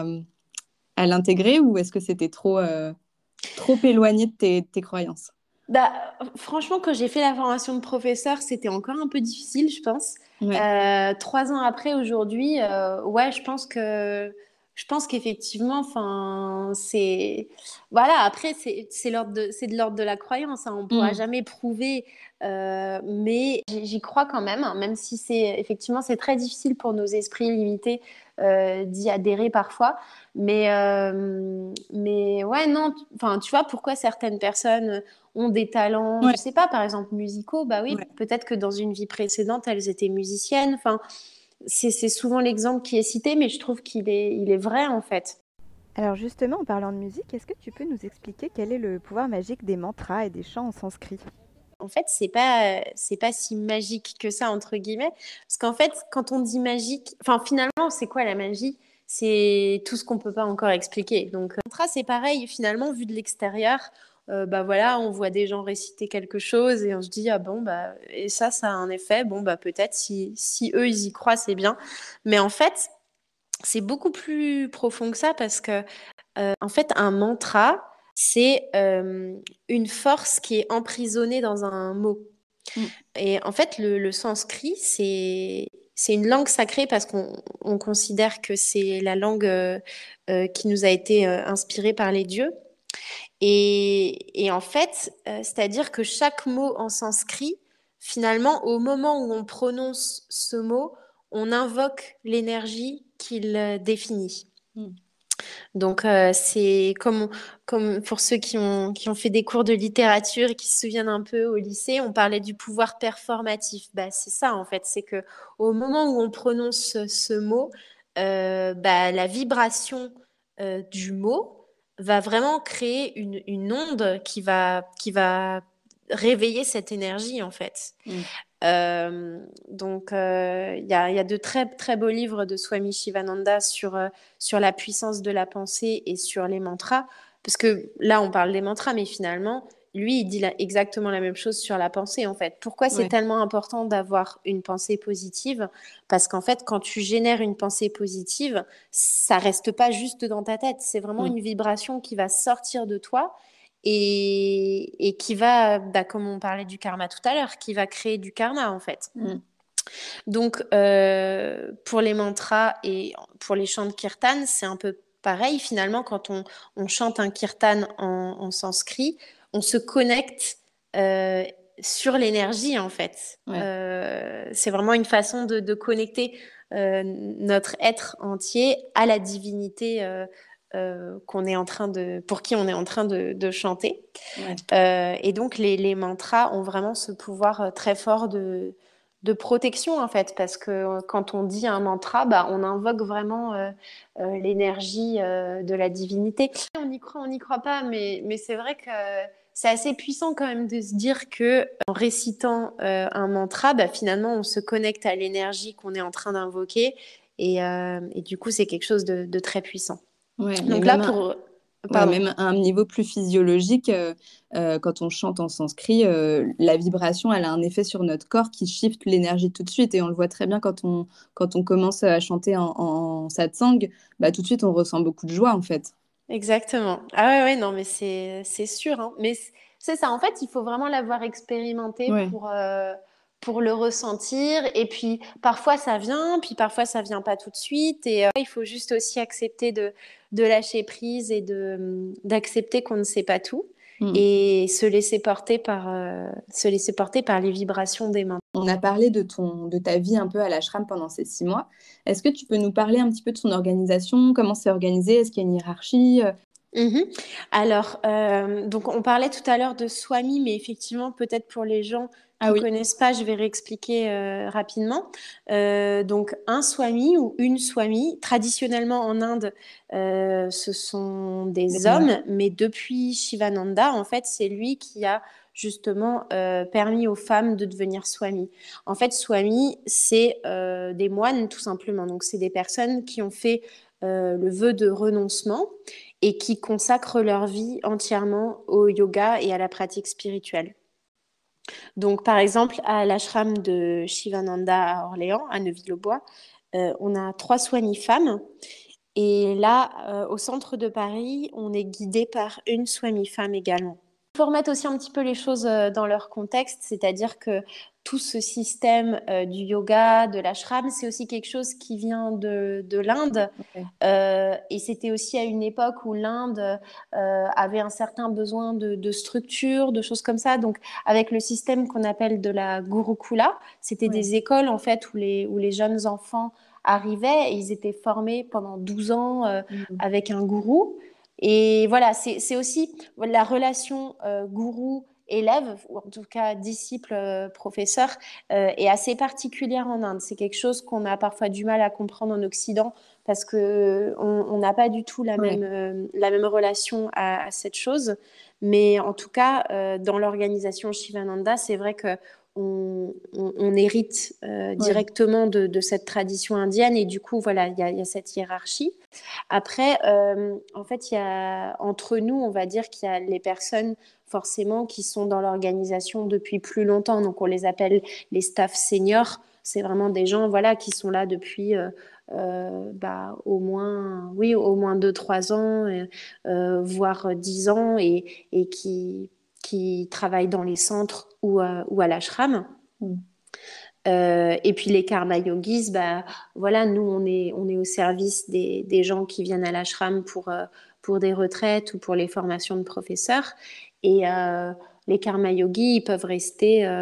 à l'intégrer ou est-ce que c'était trop, euh, trop éloigné de tes, tes croyances? Bah, franchement, quand j'ai fait la formation de professeur, c'était encore un peu difficile, je pense. Ouais. Euh, trois ans après, aujourd'hui, euh, ouais, je pense que je pense qu'effectivement, enfin, c'est voilà. Après, c'est c'est l'ordre de c'est de l'ordre de la croyance, hein. On pourra Mm. jamais prouver, euh, mais j'y j'y crois quand même, hein, même si c'est effectivement c'est très difficile pour nos esprits limités euh, d'y adhérer parfois. Mais euh, mais ouais, non. Enfin, tu vois pourquoi certaines personnes ont des talents, je Ouais. sais pas, par exemple musicaux, bah oui, Ouais. peut-être que dans une vie précédente, elles étaient musiciennes. Enfin, c'est c'est souvent l'exemple qui est cité, mais je trouve qu'il est, il est vrai en fait. Alors justement, en parlant de musique, est-ce que tu peux nous expliquer quel est le pouvoir magique des mantras et des chants en sanskrit? En fait, c'est pas, c'est pas si magique que ça, entre guillemets. Parce qu'en fait, quand on dit magique, enfin, finalement, c'est quoi la magie? C'est tout ce qu'on peut pas encore expliquer. Donc, euh, mantra, c'est pareil, finalement, vu de l'extérieur, euh, bah voilà, on voit des gens réciter quelque chose et on se dit, ah bon, bah, et ça, ça a un effet. Bon, bah, peut-être si, si eux, ils y croient, c'est bien. Mais en fait, c'est beaucoup plus profond que ça parce que euh, en fait, un mantra, c'est euh, une force qui est emprisonnée dans un mot. Mm. Et en fait, le, le sanskrit, c'est c'est une langue sacrée parce qu'on on considère que c'est la langue euh, euh, qui nous a été euh, inspirée par les dieux. Et, et en fait, euh, c'est-à-dire que chaque mot en sanskrit finalement, au moment où on prononce ce mot, on invoque l'énergie qu'il euh, définit. Mm. Donc, euh, c'est comme, comme pour ceux qui ont, qui ont fait des cours de littérature et qui se souviennent un peu au lycée, on parlait du pouvoir performatif. Bah, c'est ça, en fait. C'est que au moment où on prononce ce, ce mot, euh, bah, la vibration euh, du mot va vraiment créer une, une onde qui va, qui va réveiller cette énergie, en fait. Mm. Euh, donc, euh, il y a, il y a de très, très beaux livres de Swami Shivananda sur, euh, sur la puissance de la pensée et sur les mantras. Parce que là, on parle des mantras, mais finalement, lui, il dit la- exactement la même chose sur la pensée, en fait. Pourquoi c'est Ouais. tellement important d'avoir une pensée positive? Parce qu'en fait, quand tu génères une pensée positive, ça reste pas juste dans ta tête. C'est vraiment Mm. une vibration qui va sortir de toi et, et qui va, bah, comme on parlait du karma tout à l'heure, qui va créer du karma en fait. Mm. Donc euh, pour les mantras et pour les chants de kirtan, c'est un peu pareil finalement quand on, on chante un kirtan en, en sanskrit, on se connecte euh, sur l'énergie en fait. Ouais. Euh, c'est vraiment une façon de, de connecter euh, notre être entier à la divinité euh, euh, qu'on est en train de, pour qui on est en train de, de chanter. Ouais. Euh, et donc les, les mantras ont vraiment ce pouvoir euh, très fort de, de protection en fait, parce que euh, quand on dit un mantra, bah, on invoque vraiment euh, euh, l'énergie euh, de la divinité. On y croit, on n'y croit pas, mais, mais c'est vrai que c'est assez puissant quand même de se dire que en récitant euh, un mantra, bah, finalement on se connecte à l'énergie qu'on est en train d'invoquer et, euh, et du coup c'est quelque chose de, de très puissant. Ouais, mais Donc là même un, pour... ouais, Pardon. même à un niveau plus physiologique, euh, euh, quand on chante en sanskrit, euh, la vibration, elle a un effet sur notre corps qui shift l'énergie tout de suite. Et on le voit très bien quand on, quand on commence à chanter en, en satsang, bah, tout de suite, on ressent beaucoup de joie, en fait. Exactement. Ah ouais, ouais, non, mais c'est, c'est sûr, hein. Mais c- c'est ça, en fait, il faut vraiment l'avoir expérimenté Ouais, pour, euh, pour le ressentir. Et puis, parfois, ça vient, puis parfois, ça vient pas tout de suite. Et euh, il faut juste aussi accepter de, de lâcher prise et de, d'accepter qu'on ne sait pas tout mm. et se laisser porter par, euh, se laisser porter par les vibrations des mains. On a parlé de ton, de ta vie un peu à l'ashram pendant ces six mois. Est-ce que tu peux nous parler un petit peu de son organisation? Comment c'est organisé? Est-ce qu'il y a une hiérarchie? Mhm. Alors, euh, donc on parlait tout à l'heure de Swami, mais effectivement, peut-être pour les gens Ah qui oui, connaissent pas, je vais réexpliquer euh, rapidement. Euh, donc, un Swami ou une Swami, traditionnellement en Inde, euh, ce sont des des hommes. hommes, mais depuis Shivananda, en fait, c'est lui qui a justement euh, permis aux femmes de devenir Swami. En fait, Swami, c'est euh, des moines, tout simplement. Donc, c'est des personnes qui ont fait euh, le vœu de renoncement et qui consacrent leur vie entièrement au yoga et à la pratique spirituelle. Donc, par exemple, à l'ashram de Shivananda à Orléans, à Neuville-aux-Bois, euh, on a trois soignies femmes. Et là, euh, au centre de Paris, on est guidé par une soignée femme également. Il faut remettre aussi un petit peu les choses euh, dans leur contexte, c'est-à-dire que tout ce système euh, du yoga, de l'ashram, c'est aussi quelque chose qui vient de, de l'Inde. Ouais. Euh, et c'était aussi à une époque où l'Inde euh, avait un certain besoin de, de structure, de choses comme ça. Donc, avec le système qu'on appelle de la Gurukula, c'était Ouais. des écoles en fait où les, où les jeunes enfants arrivaient et ils étaient formés pendant douze ans euh, Mm. avec un gourou. Et voilà, c'est, c'est aussi la relation euh, gourou-élève, ou en tout cas disciple-professeur, euh, est assez particulière en Inde. C'est quelque chose qu'on a parfois du mal à comprendre en Occident parce que on n'a pas du tout la Ouais. même, euh, la même relation à, à cette chose. Mais en tout cas, euh, dans l'organisation Shivananda, c'est vrai que on, on, on hérite euh, Ouais. directement de, de cette tradition indienne et du coup, voilà, il y a, y a cette hiérarchie. Après, euh, en fait, il y a entre nous, on va dire qu'il y a les personnes forcément qui sont dans l'organisation depuis plus longtemps. Donc, on les appelle les staffs seniors. C'est vraiment des gens, voilà, qui sont là depuis euh, euh, bah, au moins, oui, au moins deux, trois ans, euh, voire dix ans, et, et qui qui travaillent dans les centres ou, à, ou à l'ashram. Mm. Euh, et puis les karma yogis, bah, voilà, nous, on est, on est au service des, des gens qui viennent à l'ashram pour, euh, pour des retraites ou pour les formations de professeurs. Et euh, les karma yogis, ils peuvent rester euh,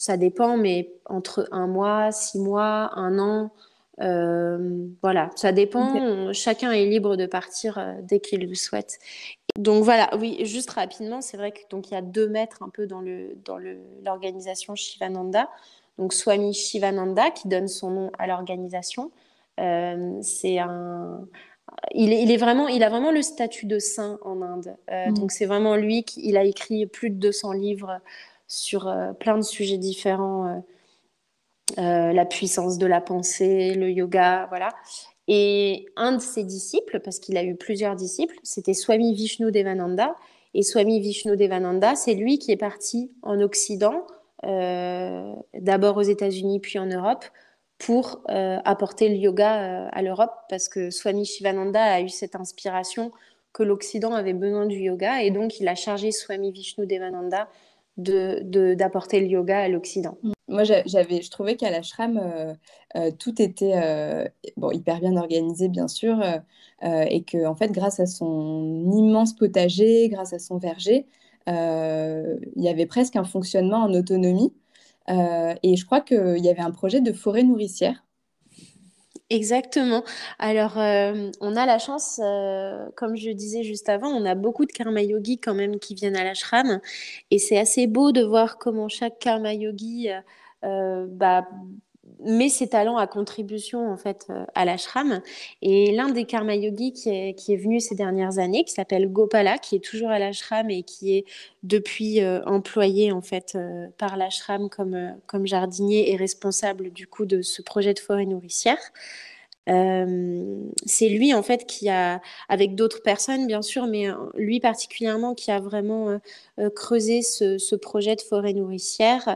ça dépend, mais entre un mois, six mois, un an. Euh, voilà, ça Ok. dépend. Chacun est libre de partir euh, dès qu'il le souhaite. Donc voilà, oui, juste rapidement, c'est vrai que donc il y a deux maîtres un peu dans le dans le l'organisation Shivananda. Donc Swami Shivananda qui donne son nom à l'organisation. Euh, c'est un il est, il est vraiment, il a vraiment le statut de saint en Inde. Euh, Mm. donc c'est vraiment lui qui, il a écrit plus de deux cents livres sur euh, plein de sujets différents, euh, euh, la puissance de la pensée, le yoga, voilà. Et un de ses disciples, parce qu'il a eu plusieurs disciples, c'était Swami Vishnu-Devananda. Et Swami Vishnu-Devananda, c'est lui qui est parti en Occident, euh, d'abord aux États-Unis puis en Europe, pour euh, apporter le yoga euh, à l'Europe, parce que Swami Shivananda a eu cette inspiration que l'Occident avait besoin du yoga, et donc il a chargé Swami Vishnu-Devananda de, de, d'apporter le yoga à l'Occident. Mm. Moi, j'a- j'avais, je trouvais qu'à l'ashram, euh, euh, tout était euh, bon, hyper bien organisé, bien sûr, euh, euh, et que, en fait, grâce à son immense potager, grâce à son verger, euh, il y avait presque un fonctionnement en autonomie. Euh, et je crois qu'il y avait un projet de forêt nourricière. Exactement. Alors, euh, on a la chance, euh, comme je disais juste avant, on a beaucoup de karma yogis quand même qui viennent à l'ashram. Et c'est assez beau de voir comment chaque karma yogi euh, euh, bah, met ses talents à contribution en fait euh, à l'ashram. Et l'un des karma yogis qui est, qui est venu ces dernières années, qui s'appelle Gopala, qui est toujours à l'ashram et qui est depuis euh, employé en fait euh, par l'ashram comme, euh, comme jardinier et responsable du coup de ce projet de forêt nourricière. Euh, c'est lui en fait qui a, avec d'autres personnes bien sûr, mais euh, lui particulièrement qui a vraiment euh, euh, creusé ce, ce projet de forêt nourricière.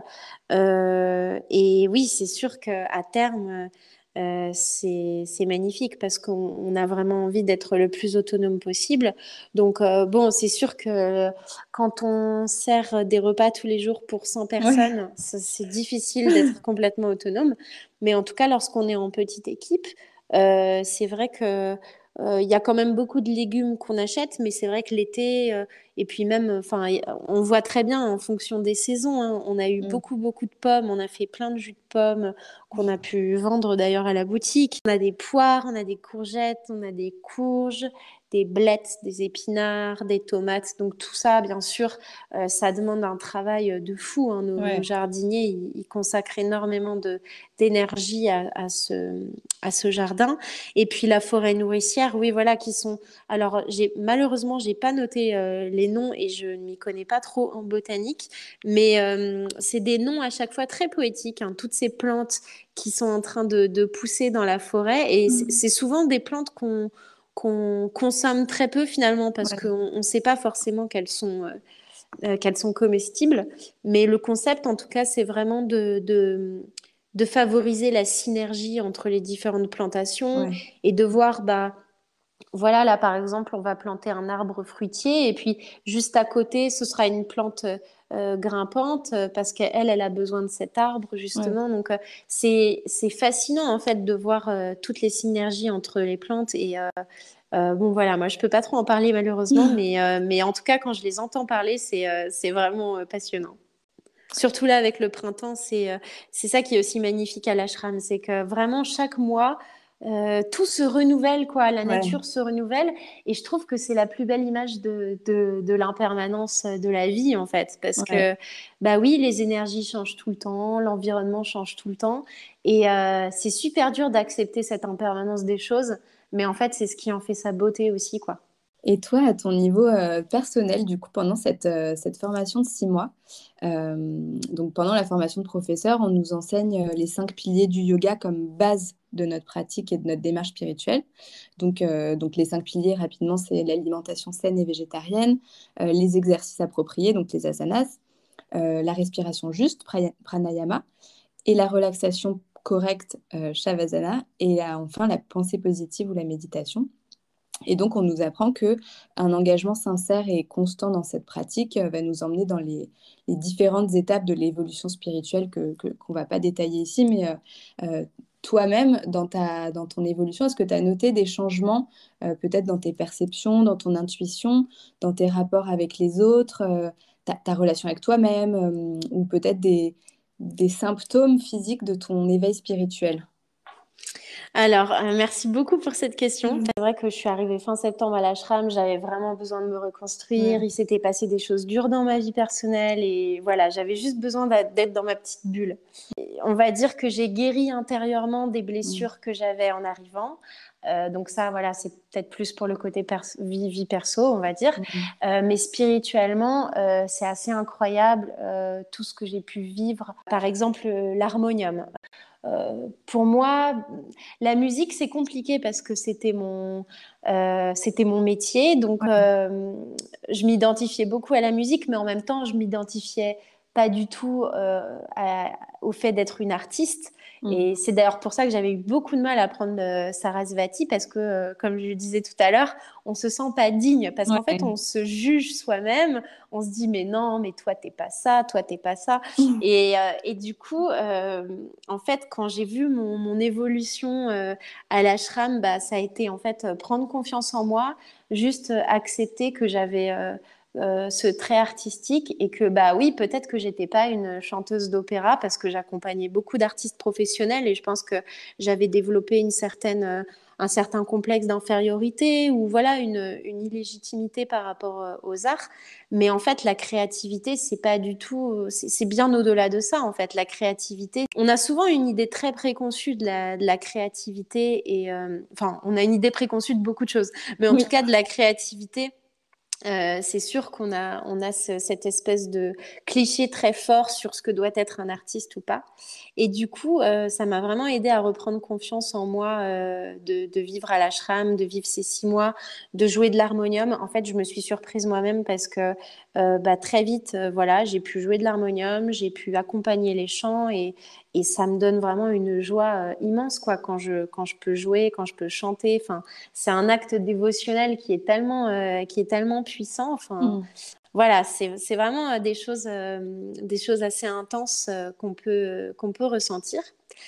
Euh, et oui, c'est sûr qu'à terme, euh, c'est, c'est magnifique parce qu'on on a vraiment envie d'être le plus autonome possible. Donc euh, bon, c'est sûr que quand on sert des repas tous les jours pour cent Ouais. personnes, ça- c'est difficile d'être complètement autonome. Mais en tout cas, lorsqu'on est en petite équipe, euh, c'est vrai que euh, il y a quand même beaucoup de légumes qu'on achète, mais c'est vrai que l'été, euh, et puis même, enfin, y- on voit très bien en fonction des saisons, hein. On a eu Mm. beaucoup, beaucoup de pommes, on a fait plein de jus de pommes qu'on a pu vendre d'ailleurs à la boutique. On a des poires, on a des courgettes, on a des courges, des blettes, des épinards, des tomates. Donc tout ça, bien sûr, euh, ça demande un travail de fou, hein. Nos, nos Ouais. jardiniers, ils, ils consacrent énormément de, d'énergie à, à ce, à ce jardin. Et puis la forêt nourricière, oui, voilà, qui sont. Alors, j'ai malheureusement, j'ai pas noté euh, les noms et je ne m'y connais pas trop en botanique, mais euh, c'est des noms à chaque fois très poétiques, hein, toutes ces plantes qui sont en train de, de pousser dans la forêt. Et c'est Mm. c'est souvent des plantes qu'on qu'on consomme très peu finalement parce Ouais. qu'on ne sait pas forcément qu'elles sont, euh, euh, qu'elles sont comestibles. Mais le concept, en tout cas, c'est vraiment de, de, de favoriser la synergie entre les différentes plantations Ouais. et de voir, bah, voilà, là par exemple, on va planter un arbre fruitier et puis juste à côté, ce sera une plante euh, grimpante euh, parce qu'elle, elle a besoin de cet arbre Ouais. justement. Donc euh, c'est c'est fascinant en fait de voir euh, toutes les synergies entre les plantes et euh, euh, bon voilà, moi je peux pas trop en parler malheureusement, mais euh, mais en tout cas quand je les entends parler, c'est euh, c'est vraiment euh, passionnant. Surtout là avec le printemps, c'est euh, c'est ça qui est aussi magnifique à l'ashram, c'est que vraiment chaque mois, euh, tout se renouvelle, quoi. La Ouais. nature se renouvelle et je trouve que c'est la plus belle image de, de, de l'impermanence de la vie, en fait. Parce Ouais. que, bah oui, les énergies changent tout le temps, l'environnement change tout le temps et euh, c'est super dur d'accepter cette impermanence des choses, mais en fait, c'est ce qui en fait sa beauté aussi, quoi. Et toi, à ton niveau euh, personnel, du coup, pendant cette, euh, cette formation de six mois, euh, donc pendant la formation de professeur, on nous enseigne euh, les cinq piliers du yoga comme base de notre pratique et de notre démarche spirituelle. Donc, euh, donc les cinq piliers, rapidement, c'est l'alimentation saine et végétarienne, euh, les exercices appropriés, donc les asanas, euh, la respiration juste, praya- pranayama, et la relaxation correcte, euh, shavasana, et euh, enfin la pensée positive ou la méditation. Et donc, on nous apprend que un engagement sincère et constant dans cette pratique euh, va nous emmener dans les, les différentes étapes de l'évolution spirituelle que, que- qu'on ne va pas détailler ici. Mais euh, euh, toi-même, dans ta, dans ton évolution, est-ce que tu as noté des changements, euh, peut-être dans tes perceptions, dans ton intuition, dans tes rapports avec les autres, euh, ta, ta relation avec toi-même, euh, ou peut-être des, des symptômes physiques de ton éveil spirituel? Alors, euh, merci beaucoup pour cette question. Mhm. C'est vrai que je suis arrivée fin septembre à l'ashram, j'avais vraiment besoin de me reconstruire. Ouais. Il s'était passé des choses dures dans ma vie personnelle et voilà, j'avais juste besoin d'a- d'être dans ma petite bulle. Et on va dire que j'ai guéri intérieurement des Mhm. blessures que j'avais en arrivant. Euh, donc ça, voilà, c'est peut-être plus pour le côté pers- vie, vie perso, on va dire. Mhm. Euh, mais spirituellement, euh, c'est assez incroyable euh, tout ce que j'ai pu vivre. Par exemple, euh, l'harmonium. Euh, pour moi, la musique, c'est compliqué parce que c'était mon, euh, c'était mon métier. Donc, Ouais. euh, je m'identifiais beaucoup à la musique, mais en même temps, je m'identifiais pas du tout euh, à- au fait d'être une artiste. Mhm. Et c'est d'ailleurs pour ça que j'avais eu beaucoup de mal à prendre euh, Sarasvati parce que, euh, comme je le disais tout à l'heure, on se sent pas digne parce qu'en fait, Ouais. on se juge soi-même. On se dit, mais non, mais toi, t'es pas ça, toi, t'es pas ça. Mhm. Et, euh, et du coup, euh, en fait, quand j'ai vu mon, mon évolution euh, à l'ashram, bah, ça a été en fait euh, prendre confiance en moi, juste euh, accepter que j'avais euh, euh, ce trait artistique et que bah oui, peut-être que j'étais pas une chanteuse d'opéra parce que j'accompagnais beaucoup d'artistes professionnels et je pense que j'avais développé une certaine euh, un certain complexe d'infériorité ou voilà une, une illégitimité par rapport euh, aux arts. Mais en fait, la créativité, c'est pas du tout, c'est c'est bien au-delà de ça, en fait. La créativité, on a souvent une idée très préconçue de la, de la créativité et, euh, enfin, on a une idée préconçue de beaucoup de choses, mais en Oui. tout cas, de la créativité, euh, c'est sûr qu'on a, on a ce- cette espèce de cliché très fort sur ce que doit être un artiste ou pas. Et du coup, euh, ça m'a vraiment aidé à reprendre confiance en moi, euh, de, de vivre à l'ashram, de vivre ces six mois, de jouer de l'harmonium. En fait, je me suis surprise moi-même parce que euh, bah, très vite, euh, voilà, j'ai pu jouer de l'harmonium, j'ai pu accompagner les chants et, et ça me donne vraiment une joie euh, immense quoi, quand je, quand je peux jouer, quand je peux chanter. Enfin, c'est un acte dévotionnel qui est tellement, euh, qui est tellement puissant. Enfin, Mhm. voilà, c'est, c'est vraiment euh, des choses, euh, des choses assez intenses euh, qu'on peut, qu'on peut ressentir.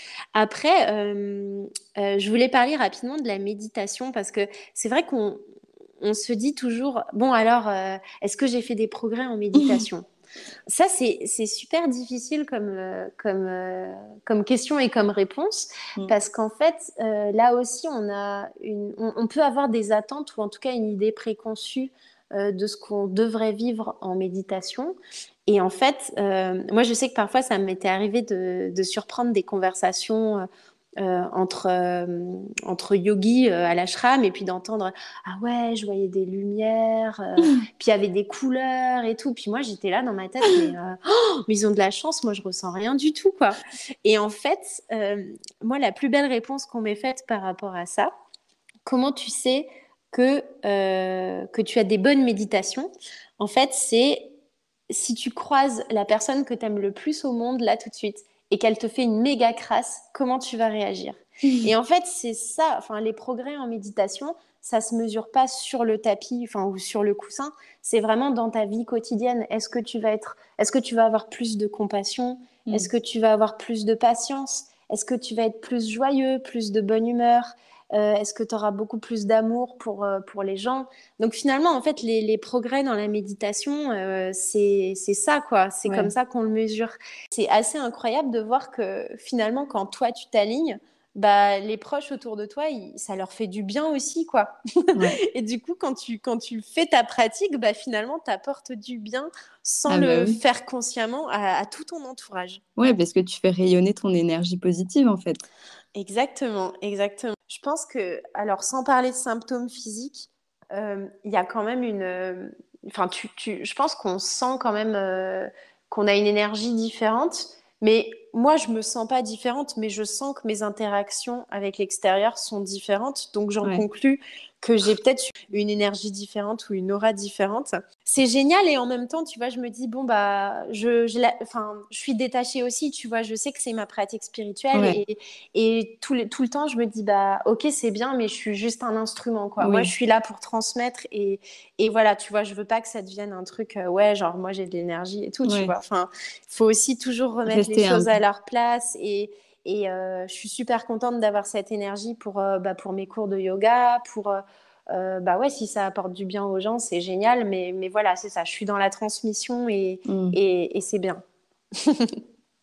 Après, euh, euh, je voulais parler rapidement de la méditation parce que c'est vrai qu'on on se dit toujours, bon alors, euh, est-ce que j'ai fait des progrès en méditation? Ça, c'est, c'est super difficile comme, euh, comme, euh, comme question et comme réponse, Mhm. parce qu'en fait, euh, là aussi, on a une, on, on peut avoir des attentes ou en tout cas une idée préconçue euh, de ce qu'on devrait vivre en méditation. Et en fait, euh, moi, je sais que parfois, ça m'était arrivé de, de surprendre des conversations. Euh, euh, entre, euh, entre yogis euh, à l'ashram et puis d'entendre ah ouais je voyais des lumières euh, puis il y avait des couleurs et tout. Puis moi, j'étais là dans ma tête, mais, euh, oh, mais ils ont de la chance, moi, je ressens rien du tout, quoi. Et en fait, euh, moi, la plus belle réponse qu'on m'ait faite par rapport à ça, comment tu sais que, euh, que tu as des bonnes méditations? En fait, c'est si tu croises la personne que tu aimes le plus au monde, là, tout de suite, et qu'elle te fait une méga crasse, comment tu vas réagir? Et en fait, c'est ça, enfin, les progrès en méditation, ça se mesure pas sur le tapis, enfin, ou sur le coussin, c'est vraiment dans ta vie quotidienne. Est-ce que tu vas être, est-ce que tu vas avoir plus de compassion? Est-ce Mhm. que tu vas avoir plus de patience? Est-ce que tu vas être plus joyeux, plus de bonne humeur? Euh, est-ce que tu auras beaucoup plus d'amour pour, euh, pour les gens? Donc finalement, en fait, les, les progrès dans la méditation, euh, c'est, c'est ça, quoi. C'est comme Ouais. ça qu'on le mesure. C'est assez incroyable de voir que finalement, quand toi, tu t'alignes, bah, les proches autour de toi, ils- ça leur fait du bien aussi, quoi. Ouais. Et du coup, quand tu, quand tu fais ta pratique, bah, finalement, tu apportes du bien sans Ah bah le oui. faire consciemment à, à tout ton entourage. Ouais, parce que tu fais rayonner ton énergie positive en fait. Exactement, exactement. Je pense que, alors sans parler de symptômes physiques, euh, il y a quand même une... euh, Enfin, tu, tu, je pense qu'on sent quand même euh, qu'on a une énergie différente, mais moi, je me sens pas différente, mais je sens que mes interactions avec l'extérieur sont différentes, donc j'en Ouais. conclus que j'ai peut-être une énergie différente ou une aura différente. C'est génial et en même temps, tu vois, je me dis, bon, bah, je, je, la- enfin, je suis détachée aussi, tu vois, je sais que c'est ma pratique spirituelle Ouais. et, et tout le, tout le temps, je me dis, bah, ok, c'est bien, mais je suis juste un instrument, quoi. Moi, je Oui. suis là pour transmettre et, et voilà, tu vois, je veux pas que ça devienne un truc, euh, ouais, genre, moi, j'ai de l'énergie et tout, tu Ouais. vois. Enfin, il faut aussi toujours remettre les Rester choses humble. à leur place et, et euh, je suis super contente d'avoir cette énergie pour, euh, bah, pour mes cours de yoga, pour, euh, euh, bah ouais, si ça apporte du bien aux gens, c'est génial, mais, mais voilà, c'est ça, je suis dans la transmission et, Mm. et, et c'est bien.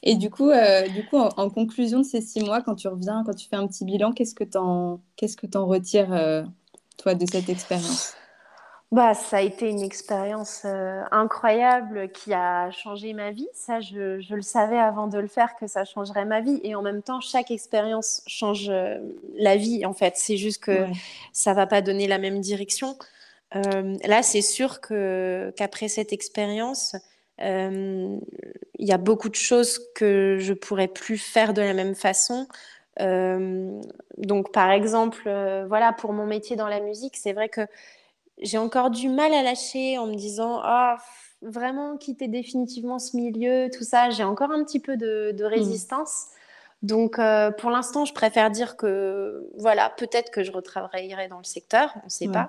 Et du coup, euh, du coup en, en conclusion de ces six mois, quand tu reviens, quand tu fais un petit bilan, qu'est-ce que t'en, qu'est-ce que t'en retires, euh, toi, de cette expérience? Bah, ça a été une expérience euh, incroyable qui a changé ma vie. Ça, je, je le savais avant de le faire que ça changerait ma vie. Et en même temps, chaque expérience change euh, la vie, en fait. C'est juste que Ouais. ça va pas donner la même direction. Euh, là, c'est sûr que qu'après cette expérience, euh, il y a beaucoup de choses que je pourrais plus faire de la même façon. Euh, donc, par exemple, euh, voilà, pour mon métier dans la musique, c'est vrai que j'ai encore du mal à lâcher en me disant ah f- vraiment quitter définitivement ce milieu, tout ça. J'ai encore un petit peu de, de Mm. résistance. Donc, euh, pour l'instant, je préfère dire que voilà, peut-être que je retravaillerai dans le secteur, on ne sait Ouais. pas.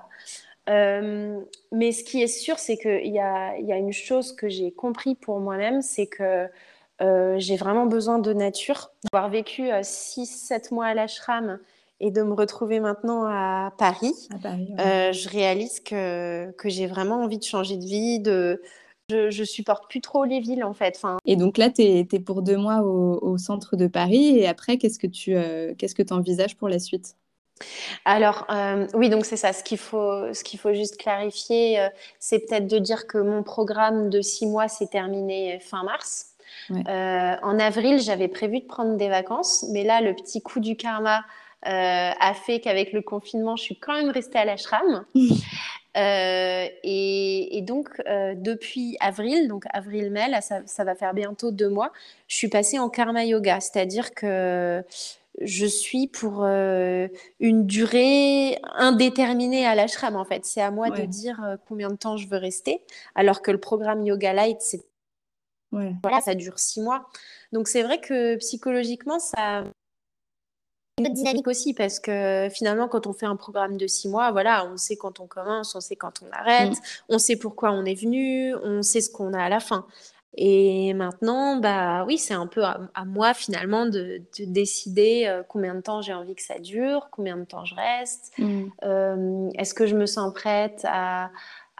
Euh, mais ce qui est sûr, c'est qu'il y a, il y a une chose que j'ai compris pour moi-même, c'est que euh, j'ai vraiment besoin de nature. D'avoir vécu euh, six sept mois à l'ashram et de me retrouver maintenant à Paris, À Paris, ouais. euh, je réalise que, que j'ai vraiment envie de changer de vie. De... Je, je supporte plus trop les villes, en fait. Enfin, Et donc là, tu es pour deux mois au, au centre de Paris. Et après, qu'est-ce que tu euh, qu'est-ce que tu envisages pour la suite? alors, euh, oui, donc c'est ça. Ce qu'il faut, ce qu'il faut juste clarifier, euh, c'est peut-être de dire que mon programme de six mois s'est terminé fin mars. Ouais. Euh, en avril, j'avais prévu de prendre des vacances, mais là, le petit coup du karma euh, a fait qu'avec le confinement, je suis quand même restée à l'ashram. Euh, et, et donc, euh, depuis avril, donc avril-mai, là, ça, ça va faire bientôt deux mois, je suis passée en karma yoga, c'est-à-dire que je suis pour euh, une durée indéterminée à l'ashram, en fait. C'est à moi de Ouais. dire euh, combien de temps je veux rester, alors que le programme Yoga Light, c'est, Ouais. voilà, ça dure six mois. Donc, c'est vrai que psychologiquement, ça une autre dynamique aussi parce que finalement quand on fait un programme de six mois, voilà, on sait quand on commence, on sait quand on arrête, Mm. on sait pourquoi on est venu, on sait ce qu'on a à la fin. Et maintenant, bah oui, c'est un peu à, à moi finalement de, de décider euh, combien de temps j'ai envie que ça dure, combien de temps je reste. Mm. Euh, est-ce que je me sens prête à,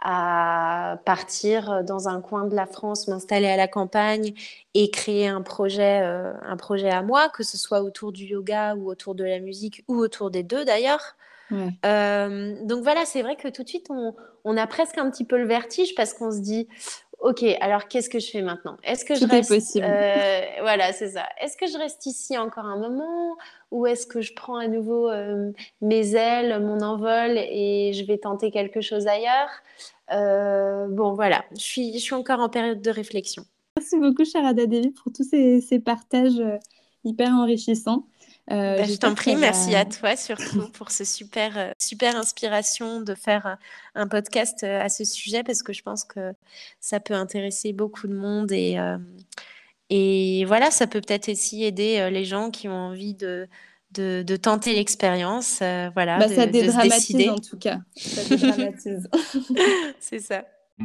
à partir dans un coin de la France, m'installer à la campagne et créer un projet, euh, un projet à moi, que ce soit autour du yoga ou autour de la musique ou autour des deux d'ailleurs. Ouais. Euh, donc voilà, c'est vrai que tout de suite, on, on a presque un petit peu le vertige parce qu'on se dit, ok, alors qu'est-ce que je fais maintenant? Est-ce que je Tout est reste, possible. euh, voilà, c'est ça. Est-ce que je reste ici encore un moment ou est-ce que je prends à nouveau euh, mes ailes, mon envol et je vais tenter quelque chose ailleurs? Euh, bon, voilà, je suis, je suis encore en période de réflexion. Merci beaucoup, Sharada Devi, pour tous ces, ces partages euh, hyper enrichissants. Euh, Ben, je t'en j'espère que ça prie, merci va. à toi surtout pour ce super, euh, super inspiration de faire un, un podcast euh, à ce sujet parce que je pense que ça peut intéresser beaucoup de monde et, euh, et voilà, ça peut peut-être aussi aider euh, les gens qui ont envie de, de, de tenter l'expérience, euh, voilà, Bah, ça de, de se dédramatise décider. en tout cas. Ça dédramatise. C'est ça.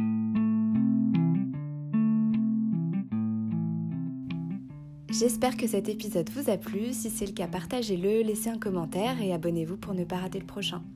J'espère que cet épisode vous a plu. Si c'est le cas, partagez-le, laissez un commentaire et abonnez-vous pour ne pas rater le prochain.